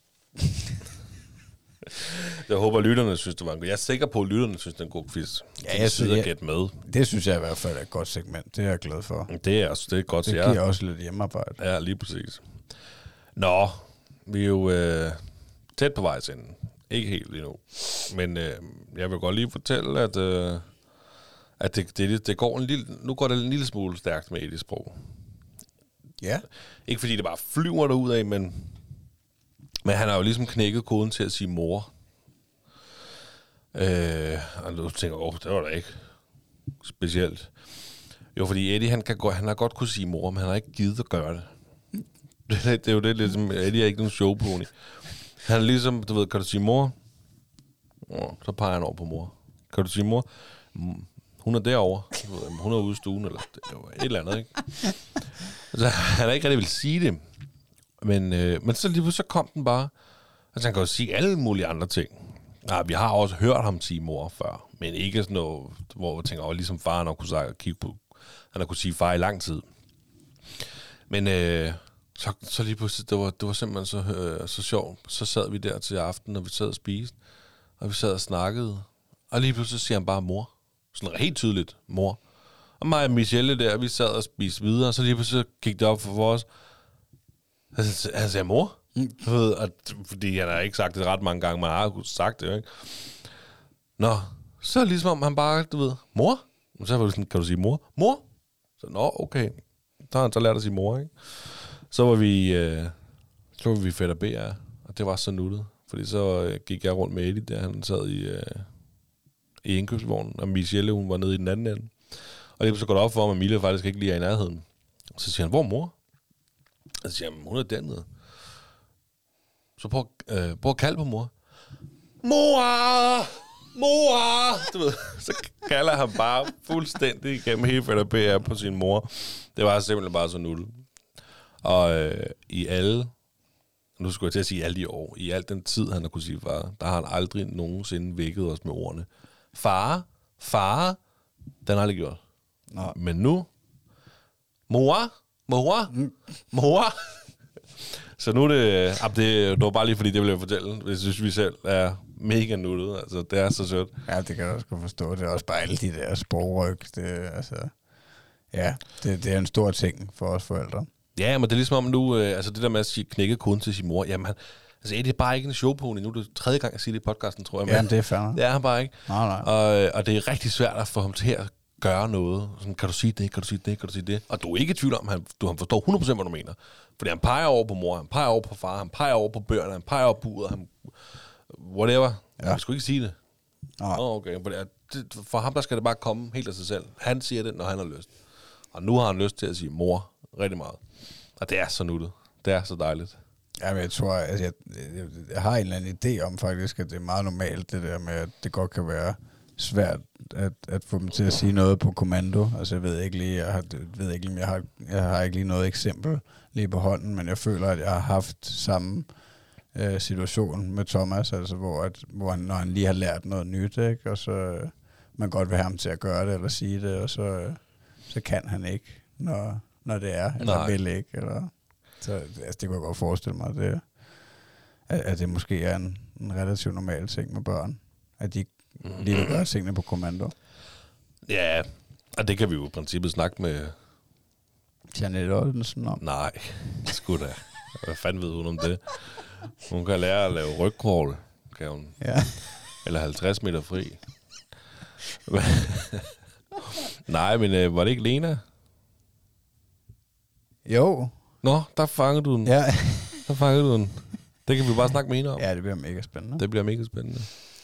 Jeg håber, lytterne synes, det var en god. Jeg er sikker på, at lytterne synes, det er en god quiz. Ja, jeg synes, jeg gætte med. Det synes jeg i hvert fald er et godt segment. Det er jeg glad for. Det er, altså, det er godt, det så giver jeg... også lidt hjemmearbejde. Ja, lige præcis. Nå, vi er jo øh, tæt på vejs ende. Ikke helt lige nu. Men øh, jeg vil godt lige fortælle, at, øh, at det, det, det går en lille, nu går det en lille smule stærkt med Edis sprog. Ja. Ikke fordi det bare flyver derud af, men, men han har jo ligesom knækket koden til at sige mor. Øh, og du tænker, åh, det var da ikke specielt. Jo, fordi Eddie, han, kan gå, han har godt kunne sige mor, men han har ikke givet at gøre det. Det, det er jo det, ligesom, Eddie er ikke nogen showpony. Han er ligesom, du ved, kan du sige mor? Oh, så peger han over på mor. Kan du sige mor? Mm, hun er derovre. Du ved, hun er ude i stuen, eller det var et eller andet, ikke? Så han har ikke rigtig vil sige det. Men, øh, men så lige pludselig så kom den bare. Altså han kan jo sige alle mulige andre ting. Ja, vi har også hørt ham sige mor før, men ikke sådan noget, hvor jeg tænker, oh, ligesom faren har kunne sige, kigge på, han har kunne sige far i lang tid. Men øh, så, så lige pludselig, det var, det var simpelthen så, øh, så sjovt. Så sad vi der til aften, og vi sad og spiste, og vi sad og snakkede, og lige pludselig siger han bare mor. Sådan helt tydeligt, mor. Og mig og Michelle der, vi sad og spiste videre, og så lige pludselig gik det op for os. Han sagde mor. Mm. Ved, at, fordi han har ikke sagt det ret mange gange, man har sagt det, ikke? Nå, så ligesom om han bare, du ved, mor? Og så var det sådan, kan du sige mor? Mor? Så nå, okay. Så har han så lært at sige mor, ikke? Så var vi, øh, så var vi fætter B R, og det var så nuttet. Fordi så øh, gik jeg rundt med Eddie, der han sad i, øh, i indkøbsvognen, og Michelle, hun var nede i den anden ende. Og det så går det op for ham, at Mille faktisk ikke lige er i nærheden. Så siger han, hvor er mor? Og så siger han, hun er dernede. Så prøv, øh, prøv at kalde på mor. Mor! Mor! Du ved, så kalder han bare fuldstændig igennem hele Fætter B R på sin mor. Det var simpelthen bare så nul. Og øh, i alle, nu skulle jeg til at sige alle de år, i al den tid, han har kunne sige far, der har han aldrig nogensinde vækket os med ordene. Far, far, den har aldrig gjort. Nå. Men nu, mor, mor, mor. Så nu er det, ab, det, det var bare lige fordi, det vil jeg fortælle. Jeg synes, vi selv er mega nuttet. Altså, det er så sødt. Ja, det kan jeg også godt forstå. Det er også bare alle de der sprogryg. Det, altså, ja, det, det er en stor ting for os forældre. Ja, men det er ligesom om nu, øh, altså det der med at sige, knække koden til sin mor, jamen han, altså det er bare ikke en showpony. Nu er det tredje gang, jeg siger det i podcasten, tror jeg. Men, ja, det er færdigt. Det er han bare ikke. Nej, nej. Og, og det er rigtig svært at få ham til at gøre noget. Sådan, kan du sige det, kan du sige det, kan du sige det? Og du er ikke i tvivl om, han, du han forstår hundrede procent, hvad du mener. Fordi han peger over på mor, han peger over på far, han peger over på bøgerne, han peger over på uret, han, whatever. Ja. Jeg skulle ikke sige det. Nej. Oh, okay. For ham, der skal det bare komme helt af sig selv. Han siger det, når han har lyst. Og nu har han lyst til at sige mor rigtig meget. Og det er så nuttet. Det er så dejligt. Jamen, jeg tror, altså, jeg, jeg, jeg har en eller anden idé om faktisk, at det er meget normalt, det der med, at det godt kan være svært at, at få dem til at sige noget på kommando. Altså, jeg ved ikke lige, jeg har, ved ikke lige, jeg har, jeg har ikke lige noget eksempel lige på hånden, men jeg føler, at jeg har haft samme øh, situation med Thomas, altså, hvor, at, hvor han, når han lige har lært noget nyt, ikke? Og så øh, man godt vil have ham til at gøre det, eller sige det, og så, øh, så kan han ikke, når, når det er, eller Nej. vil ikke, eller... Så altså, det kunne jeg godt forestille mig, at det, at, at det måske er en, en relativt normal ting med børn. At de mm-hmm. lige vil gøre tingene på kommando. Ja, og det kan vi jo i princippet snakke med... Janette Oldensen om. Nej, sgu da. Hvad fanden ved hun om det? Hun kan lære at lave rygcrawl, kan hun. Ja. Eller halvtreds meter fri. Nej, men øh, var det ikke Lena? Jo. Nå, der fangede du den. Ja. Der fangede du den. Det kan vi bare snakke med hende om. Ja, det bliver mega spændende. Det bliver mega spændende.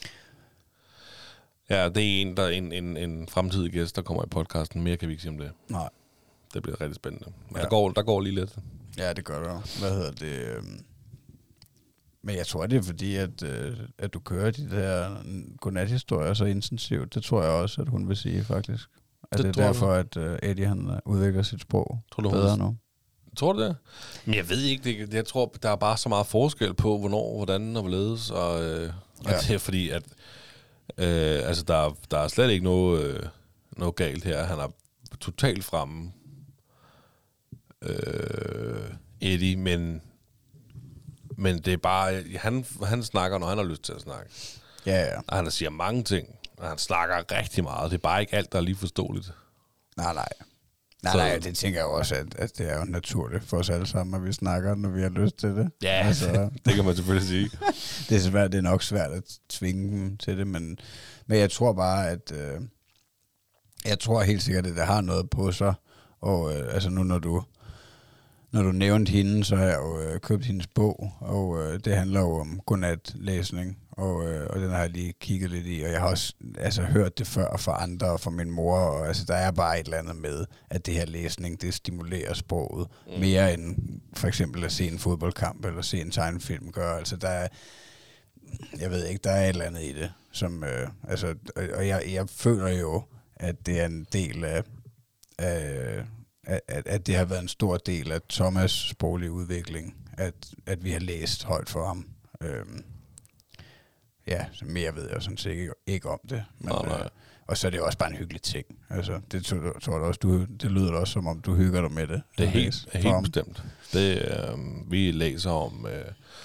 Ja, det er en, der en, en, en fremtidig gæst, der kommer i podcasten. Mere kan vi ikke sige om det. Nej. Det bliver rigtig spændende. Men ja. der, går, der går lige lidt. Ja, det gør det. Hvad hedder det? Men jeg tror, det er fordi, at, at du kører de der godnathistorier så intensivt. Det tror jeg også, at hun vil sige, faktisk. Er det, det derfor, at uh, Eddie han udvikler sit sprog tror du, bedre hun... nu? Tror du det? Men jeg ved ikke, det, jeg tror, der er bare så meget forskel på, hvornår, hvordan og hvorledes, og, øh, ja. og det er fordi, at øh, altså, der, der er slet ikke noget, øh, noget galt her. Han er totalt fremme, øh, Eddie, men, men det er bare, han, han snakker, når han har lyst til at snakke. Ja, ja. Og han siger mange ting, og han snakker rigtig meget. Det er bare ikke alt, der er lige forståeligt. Nej, nej. Nej, så, nej, det tænker jeg også, at, at det er jo naturligt for os alle sammen, at vi snakker, når vi har lyst til det. Ja, altså, det kan man selvfølgelig sige. det, er svært, det er nok svært at tvinge dem til det, men, men jeg tror bare, at øh, jeg tror helt sikkert, at det har noget på sig. Og øh, altså nu, når du, når du nævnte hende, så har jeg jo øh, købt hendes bog, og øh, det handler jo om godnatlæsning. Og, øh, og den har jeg lige kigget lidt i, og jeg har også altså, hørt det før fra andre og fra min mor, og altså, der er bare et eller andet med, at det her læsning, det stimulerer sproget, mm. mere end for eksempel at se en fodboldkamp, eller se en tegnefilm gør. Altså, der er, jeg ved ikke, der er et eller andet i det, som, øh, altså, og jeg, jeg føler jo, at det er en del af, af at, at det har været en stor del af Thomas' sproglige udvikling, at, at vi har læst højt for ham. Øhm, Ja, mere ved jeg sådan set ikke, ikke om det. Men, nej, nej. Øh, og så er det også bare en hyggelig ting. Altså, det tror, tror jeg også, du, det lyder også, som om du hygger dig med det. Det er helt, helt bestemt. Det, øh, vi læser om, øh,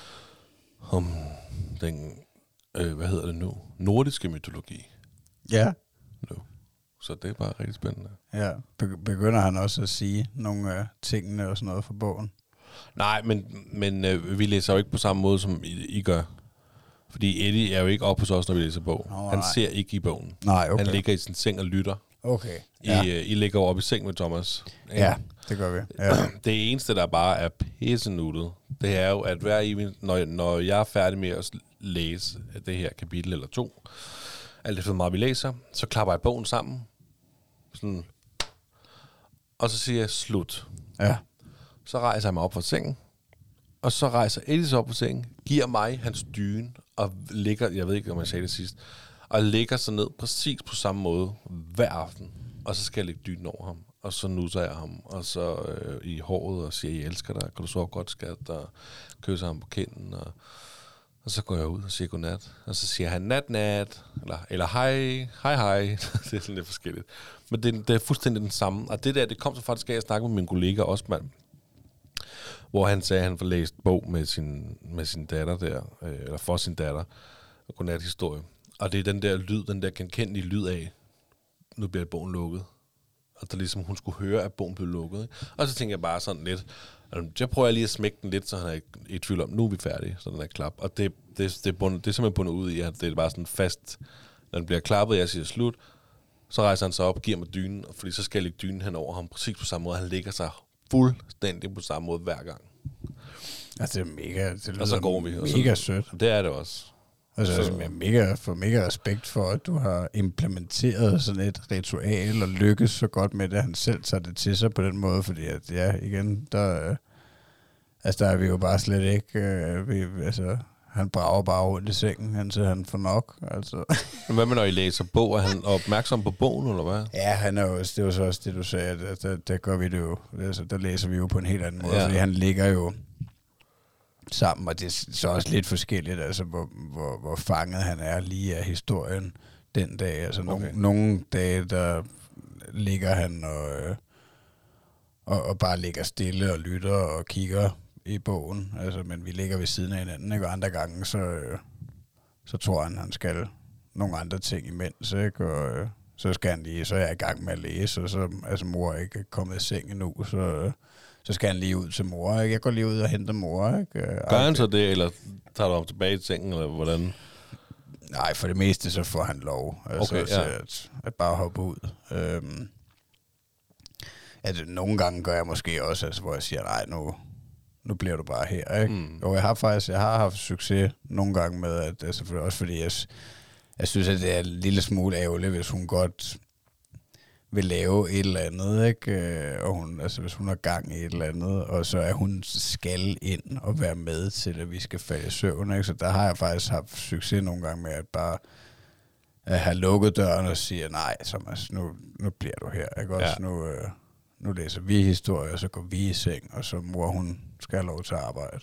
om den, øh, hvad hedder det nu, nordiske mytologi. Ja. Nu. Så det er bare rigtig spændende. Ja, begynder han også at sige nogle af tingene og sådan noget fra bogen? Nej, men, men øh, vi læser jo ikke på samme måde, som I, I gør. Fordi Eddie er jo ikke oppe hos os, når vi læser bog. Oh, han ser ikke i bogen. Nej, okay. Han ligger i sin seng og lytter. Okay. Ja. I, I ligger jo oppe i seng med Thomas. Ja, det gør vi. Ja. Det eneste, der bare er pissenuttet, det er jo, at hver evig, når, når jeg er færdig med at læse det her kapitel eller to, alt efter hvor meget vi læser, så klapper jeg bogen sammen. Sådan. Og så siger jeg slut. Ja. Så rejser jeg mig op fra sengen. Og så rejser Eddie sig op på sengen, giver mig hans dyne, og ligger, jeg ved ikke, om jeg sagde det sidst, og ligger sig ned præcis på samme måde hver aften. Og så skal jeg lægge dynen over ham, og så nusser jeg ham, og så øh, i håret, og siger, jeg elsker dig, kan du sove godt, skat, og kysser ham på kinden, og, og så går jeg ud og siger godnat, og så siger han nat, nat, eller, eller hej, hej, hej, det er sådan lidt forskelligt. Men det, det er fuldstændig den samme, og det der, det kom så faktisk af at snakke med min kollega også, mand, hvor han sagde, at han får læst bog med sin, med sin datter der, øh, eller for sin datter, godnathistorie. Og det er den der lyd, den der genkendelige lyd af, nu bliver bogen lukket. Og det er ligesom, hun skulle høre, at bogen blev lukket. Ikke? Og så tænker jeg bare sådan lidt, jeg prøver lige at smække den lidt, så han er ikke i tvivl om, nu er vi færdige, så den er klap. Og det, det, det, er, bundet, det er simpelthen bundet ud i, at det er bare sådan fast, når den bliver klappet, jeg siger slut, så rejser han sig op og giver mig dynen, fordi så skal jeg lægge dynen hen over ham, præcis på samme måde, han ligger sig fuldstændig på samme måde hver gang. Altså, det er mega, det og så går vi. Mega så, sødt. Det er det også. Altså, så. Jeg mega, for mega respekt for, at du har implementeret sådan et ritual og lykkes så godt med det, at han selv tager det til sig på den måde, fordi at, ja, igen, der, altså, der er vi jo bare slet ikke, øh, vi, altså, han brager bare rundt i sengen, han siger, han får nok, altså. Hvad med, når I læser bog? Er han opmærksom på bogen, eller hvad? Ja, han er jo, det er jo så også det, du sagde, at der, der gør vi det jo, altså, der læser vi jo på en helt anden måde, ja. Fordi han ligger jo sammen, og det er så også lidt forskelligt, altså, hvor, hvor, hvor fanget han er lige af historien den dag. Altså, okay. nogle, nogle dage, der ligger han og, øh, og, og bare ligger stille og lytter og kigger i bogen, altså, men vi ligger ved siden af hinanden, ikke? Og andre gange, så, øh, så tror han, han skal nogle andre ting imens, ikke? Og øh, så skal han lige, så er jeg i gang med at læse, og så, altså, mor er ikke kommet i seng endnu, så, øh, så skal han lige ud til mor, ikke? Jeg går lige ud og henter mor, ikke? Gør han så det, eller tager du ham tilbage i sengen, eller hvordan? Nej, for det meste, så får han lov, altså, okay, ja. at, at bare hoppe ud. Øhm, altså, nogle gange gør jeg måske også, altså, hvor jeg siger, nej, nu... nu bliver du bare her, ikke? Mm. Og jeg har faktisk, jeg har haft succes nogle gange med, at altså, for, også fordi jeg, jeg synes, at det er en lille smule ærgerligt, hvis hun godt vil lave et eller andet, ikke? Og hun, altså, hvis hun har gang i et eller andet, og så er hun skal ind og være med til, at vi skal falde i søvn, ikke? Så der har jeg faktisk haft succes nogle gange med, at bare at have lukket døren og siger, nej, Thomas, nu, nu bliver du her. Ikke? Også Ja. nu, øh, nu læser vi historie, og så går vi i seng, og så mor, hun skal have lov til at arbejde.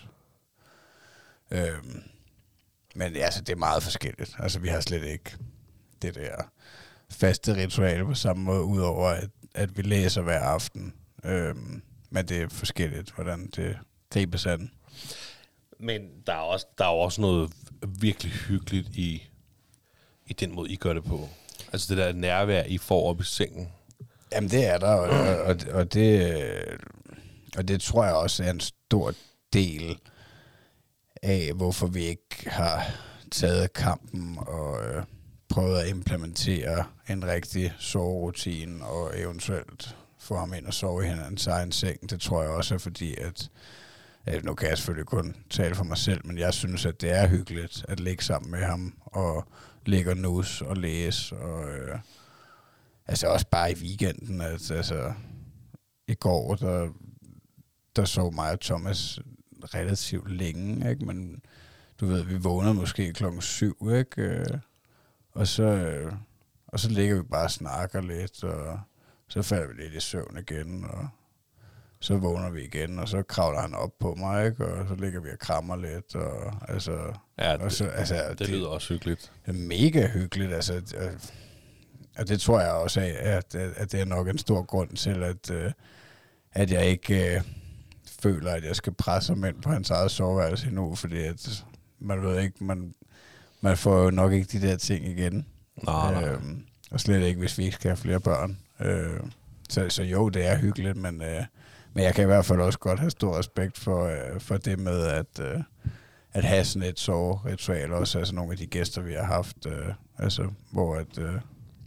Øhm, men altså, det er meget forskelligt. Altså, vi har slet ikke det der faste ritual på samme måde, udover at, at vi læser hver aften. Øhm, men det er forskelligt, hvordan det gribes an. Men der er, også, der er jo også noget virkelig hyggeligt i, i den måde, I gør det på. Altså det der nærvær, I får op i sengen. Jamen, det er der, og, og, og, det, og det tror jeg også er en stor del af, hvorfor vi ikke har taget kampen og øh, prøvet at implementere en rigtig soverutine og eventuelt få ham ind og sove i hinandens egen seng. Det tror jeg også er fordi, at at nu kan jeg selvfølgelig kun tale for mig selv, men jeg synes, at det er hyggeligt at ligge sammen med ham og ligge og nus og læse. Og, øh, altså også bare i weekenden. At, altså, i går, der, der sov mig og Thomas relativt længe, ikke? Men du ved, vi vågner måske klokken syv, ikke? Øh, og, så, øh, og så ligger vi bare og snakker lidt, og så falder vi lidt i søvn igen, og så vågner vi igen, og så kravler han op på mig, ikke? Og så ligger vi og krammer lidt, og altså... Ja, det, og så, altså, det, det lyder også hyggeligt. Det er mega hyggeligt, altså... Og det tror jeg også af, at, at det er nok en stor grund til, at, at jeg ikke uh, føler, at jeg skal presse ham ind på hans eget soveværelse endnu, fordi at man ved ikke, man, man får jo nok ikke de der ting igen. Nej, nej. Øhm, og slet ikke, hvis vi ikke skal have flere børn. Øh, så, så jo, det er hyggeligt, men... Øh, Men jeg kan i hvert fald også godt have stor respekt for, øh, for det med at, øh, at have sådan et soveritual. Også altså nogle af de gæster, vi har haft, øh, altså, hvor at, øh,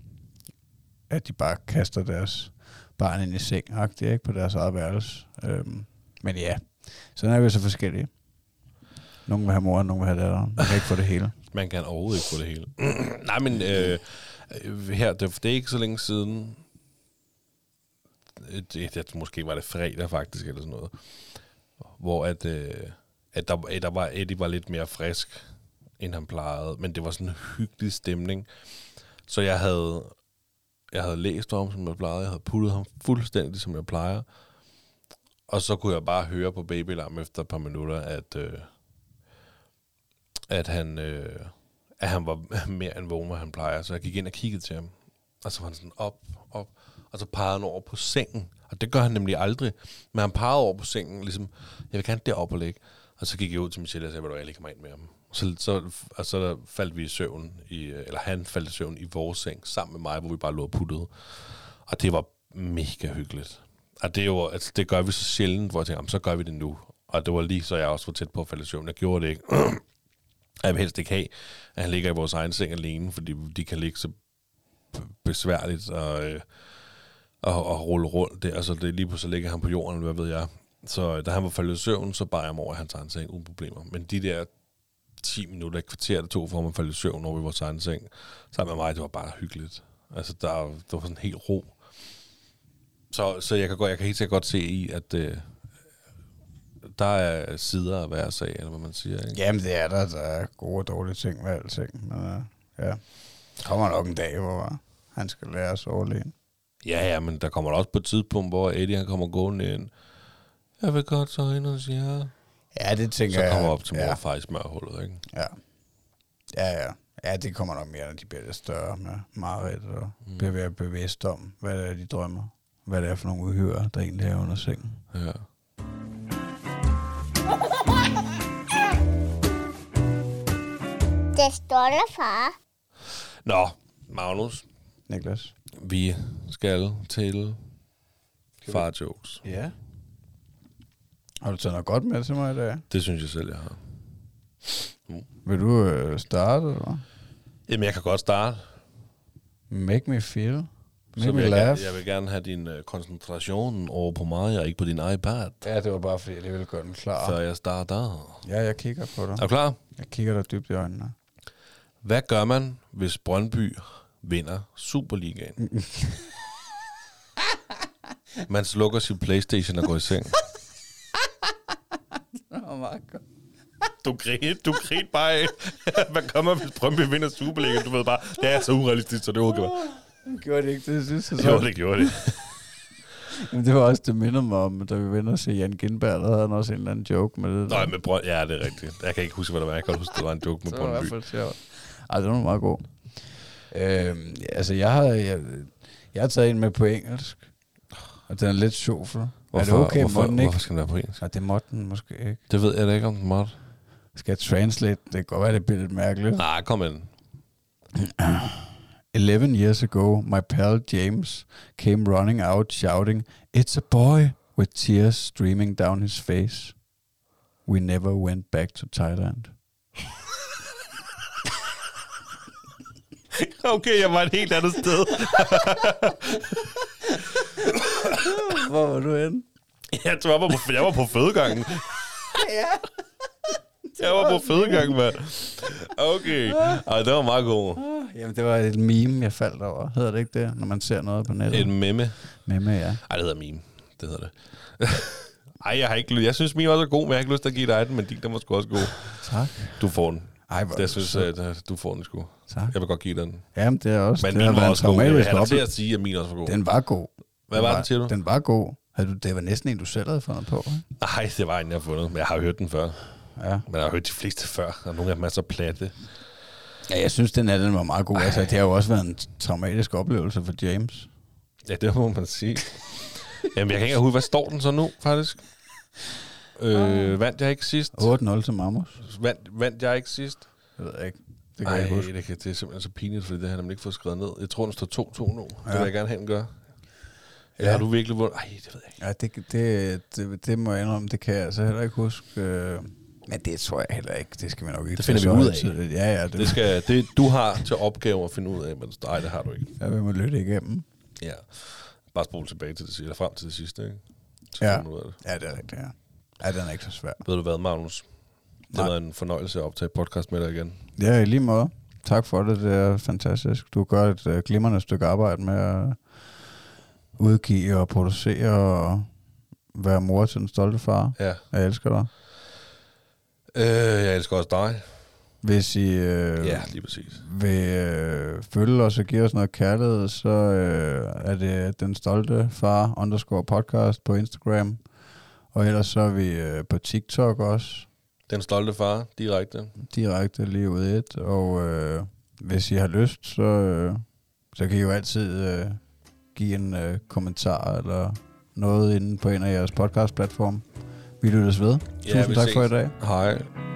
at de bare kaster deres barn ind i seng, ikke, på deres eget værelse. Øhm, men ja, sådan er vi så forskellige. Nogle vil have mor, nogle vil have datter. Man kan ikke få det hele. Man kan overhovedet ikke få det hele. Nej, men øh, her, det, det er ikke så længe siden... Det, det, måske var det fredag faktisk, eller sådan noget, hvor at, øh, at, der, at der var, Eddie var lidt mere frisk, end han plejede, men det var sådan en hyggelig stemning. Så jeg havde, jeg havde læst om, som jeg plejede, jeg havde puttet ham fuldstændig, som jeg plejer, og så kunne jeg bare høre på babylarm efter et par minutter, at, øh, at, han, øh, at han var mere end vågen, hvad han plejer, så jeg gik ind og kiggede til ham, og så var han sådan op, op, og så pegede han over på sengen. Og det gør han nemlig aldrig. Men han pegede over på sengen, ligesom, jeg vil gerne derop og ligge. Og så gik jeg ud til Michelle og sagde, at jeg ligger mig ind med ham. Så, så, og så faldt vi i søvn, i, eller han faldt i søvn i vores seng, sammen med mig, hvor vi bare lå og puttede. Og det var mega hyggeligt. Og det, er jo, altså, det gør vi så sjældent, hvor jeg tænker, så gør vi det nu. Og det var lige så, jeg også var tæt på at falde i søvn. Jeg gjorde det ikke. Jeg vil helst ikke have, at han ligger i vores egen seng alene, fordi de kan ligge så besværligt og... Øh, Og, og rulle rundt der, så det lige pludselig ligger han på jorden, hvad ved jeg. Så da han var faldet i søvn, så bar jeg ham over, at han tager en seng uden problemer. Men de der ti minutter, et kvarter, det tog for ham at falde i søvn over i vores egen seng, sammen med mig, det var bare hyggeligt. Altså, der, der var sådan helt ro. Så, så jeg, kan godt, jeg kan helt sikkert godt se i, at øh, der er sider af hver sag, eller hvad man siger. Ikke? Jamen, det er der. Der er gode og dårlige ting med alting. Men øh, ja, der kommer nok en dag, hvor han skal lære at sove alene. Ja, ja, men der kommer også på et tidspunkt, hvor Eddie han kommer gående ind. Jeg vil godt så ind og sige ja. Ja, det tænker jeg. Så kommer jeg, op til mor ja. Far i smørhullet, ikke? Ja. Ja, ja. Ja, det kommer nok mere, når de bliver lidt større med Marit og mm. bliver være bevidst om, hvad det er, de drømmer. Hvad det er for nogle uhyrer, der egentlig er under sengen. Ja. Det står der, far. Nå, Magnus. Niklas. Vi skal til far-jokes. Ja. Har du taget noget godt med til mig i dag? Det synes jeg selv, jeg har. Mm. Vil du øh, starte, eller? Jamen, jeg kan godt starte. Make me feel. Make Så me vil jeg, laugh. gerne, jeg vil gerne have din uh, koncentration over på mig, og ikke på din iPad. Ja, det var bare fordi, jeg ville gøre den klar. Så jeg starter. Ja, jeg kigger på dig. Er du klar? Jeg kigger dig dybt i øjnene. Hvad gør man, hvis Brøndby vinder Superligaen? Man slukker sin PlayStation og går i seng. Det var meget godt. Du grin, du grin bare af. Hvad kommer, hvis Brøndby vinder Superligaen? Du ved bare, det er så urealistisk, så det overgår. Gjorde det ikke det sidste sæson? Jo, det gjorde det. Men det var også, det minder mig om, da vi vender til Jan Gindberg, der havde han også en eller anden joke med det. Nej, med Brøndby, ja, det er rigtigt. Jeg kan ikke huske, hvad det var. Jeg kan huske, det var en joke med Brøndby. Det var i hvert fald sjovt. Ej, det var meget god. Øhm, altså, jeg har, jeg, jeg har taget en med på engelsk, og den er lidt sjov for. Er det okay, hvorfor, måtten ikke? hvorfor skal den være på engelsk? Ja, det må den måske ikke. Det ved jeg da ikke, om den måtte. Skal jeg translate? Det kan godt være, det bliver lidt mærkeligt. Nej, kom ind. Eleven years ago, my pal James came running out shouting, "It's a boy!" with tears streaming down his face. We never went back to Thailand. Okay, jeg var et helt andet sted. Hvor var du henne? Jeg tror, jeg var på, jeg var på fødegangen. Ja. Jeg var på fødegangen, mand. Okay. Ej, det var meget god. Jamen, det var et meme, jeg faldt over. Hedder det ikke det, når man ser noget på nettet? En meme. Meme, ja. Ej, det hedder meme. Det hedder det. Ej, jeg har ikke lyst. Jeg synes, min også er god, men jeg har ikke lyst til at give dig den, men din, den var sgu også god. Tak. Du får den. Ej, hvor Jeg synes, at du får den sgu. Tak. Jeg vil godt give dig den. Jamen, det er også... Men det min har var været også god. Jeg vil traumatisk have dig til oplevelse. at sige, at min også var god. Den var god. Hvad den var den, siger du? Den var god. Havde du, det var næsten en, du selv havde fundet på, ikke? Nej, det var en, jeg har fundet. Men jeg har hørt den før. Ja. Men jeg har hørt de fleste før, og nogle af dem er så platte. Ja, jeg synes, den her den var meget god. Altså, det har jo også været en traumatisk oplevelse for James. Ja, det må man sige. Jamen, jeg kan ikke huske, hvad står den så nu, faktisk? Øh, vandt jeg ikke sidst? otte nul til Mammos. Vandt, vandt jeg ikke sidst? Det ved jeg ikke. Det kan Ej, jeg ikke huske. det, kan, det er simpelthen så pinligt, fordi det har jeg nemlig ikke fået skrevet ned. Jeg tror, den står to to nu. Ja. Det Ja. vil jeg gerne have, den gør. Eller Ja. har du virkelig vundet? Ej, det ved jeg ikke. Ja, det, det, det, det må jeg indrømme, det kan jeg altså heller ikke huske. Øh, Men det tror jeg heller ikke. Det skal vi nok ikke. Det finder tage vi så ud af. højtideligt. Ja, ja. Det, Det skal, det, du har til opgave at finde ud af, men nej, det har du ikke. Jeg vil må lytte igennem. Ja. Bare spole tilbage til det sidste, eller frem til det sidste, ikke? Så Ja. finder du ud af det. Ja, det er rigtigt, ja. Ja, den er ikke så svær. Ved du hvad, Magnus? Det Nej. var en fornøjelse at optage podcast med dig igen. Ja, i lige måde. Tak for det. Det er fantastisk. Du gør et uh, glimrende stykke arbejde med at udgive og producere og være mor til den stolte far. Ja. Jeg elsker dig. Øh, jeg elsker også dig. Hvis I øh, Ja, lige præcis. vil øh, følge os og give os noget kærlighed, så øh, er det den stolte far underscore podcast på Instagram. Og ellers så er vi øh, på TikTok også. Den stolte far, direkte. Direkte lige ud i et. Og øh, hvis I har lyst, så, øh, så kan I jo altid øh, give en øh, kommentar eller noget inde på en af jeres podcast-platforme. Vi lyttes ved. Ja, Tusind vi tak ses. for i dag. Hej.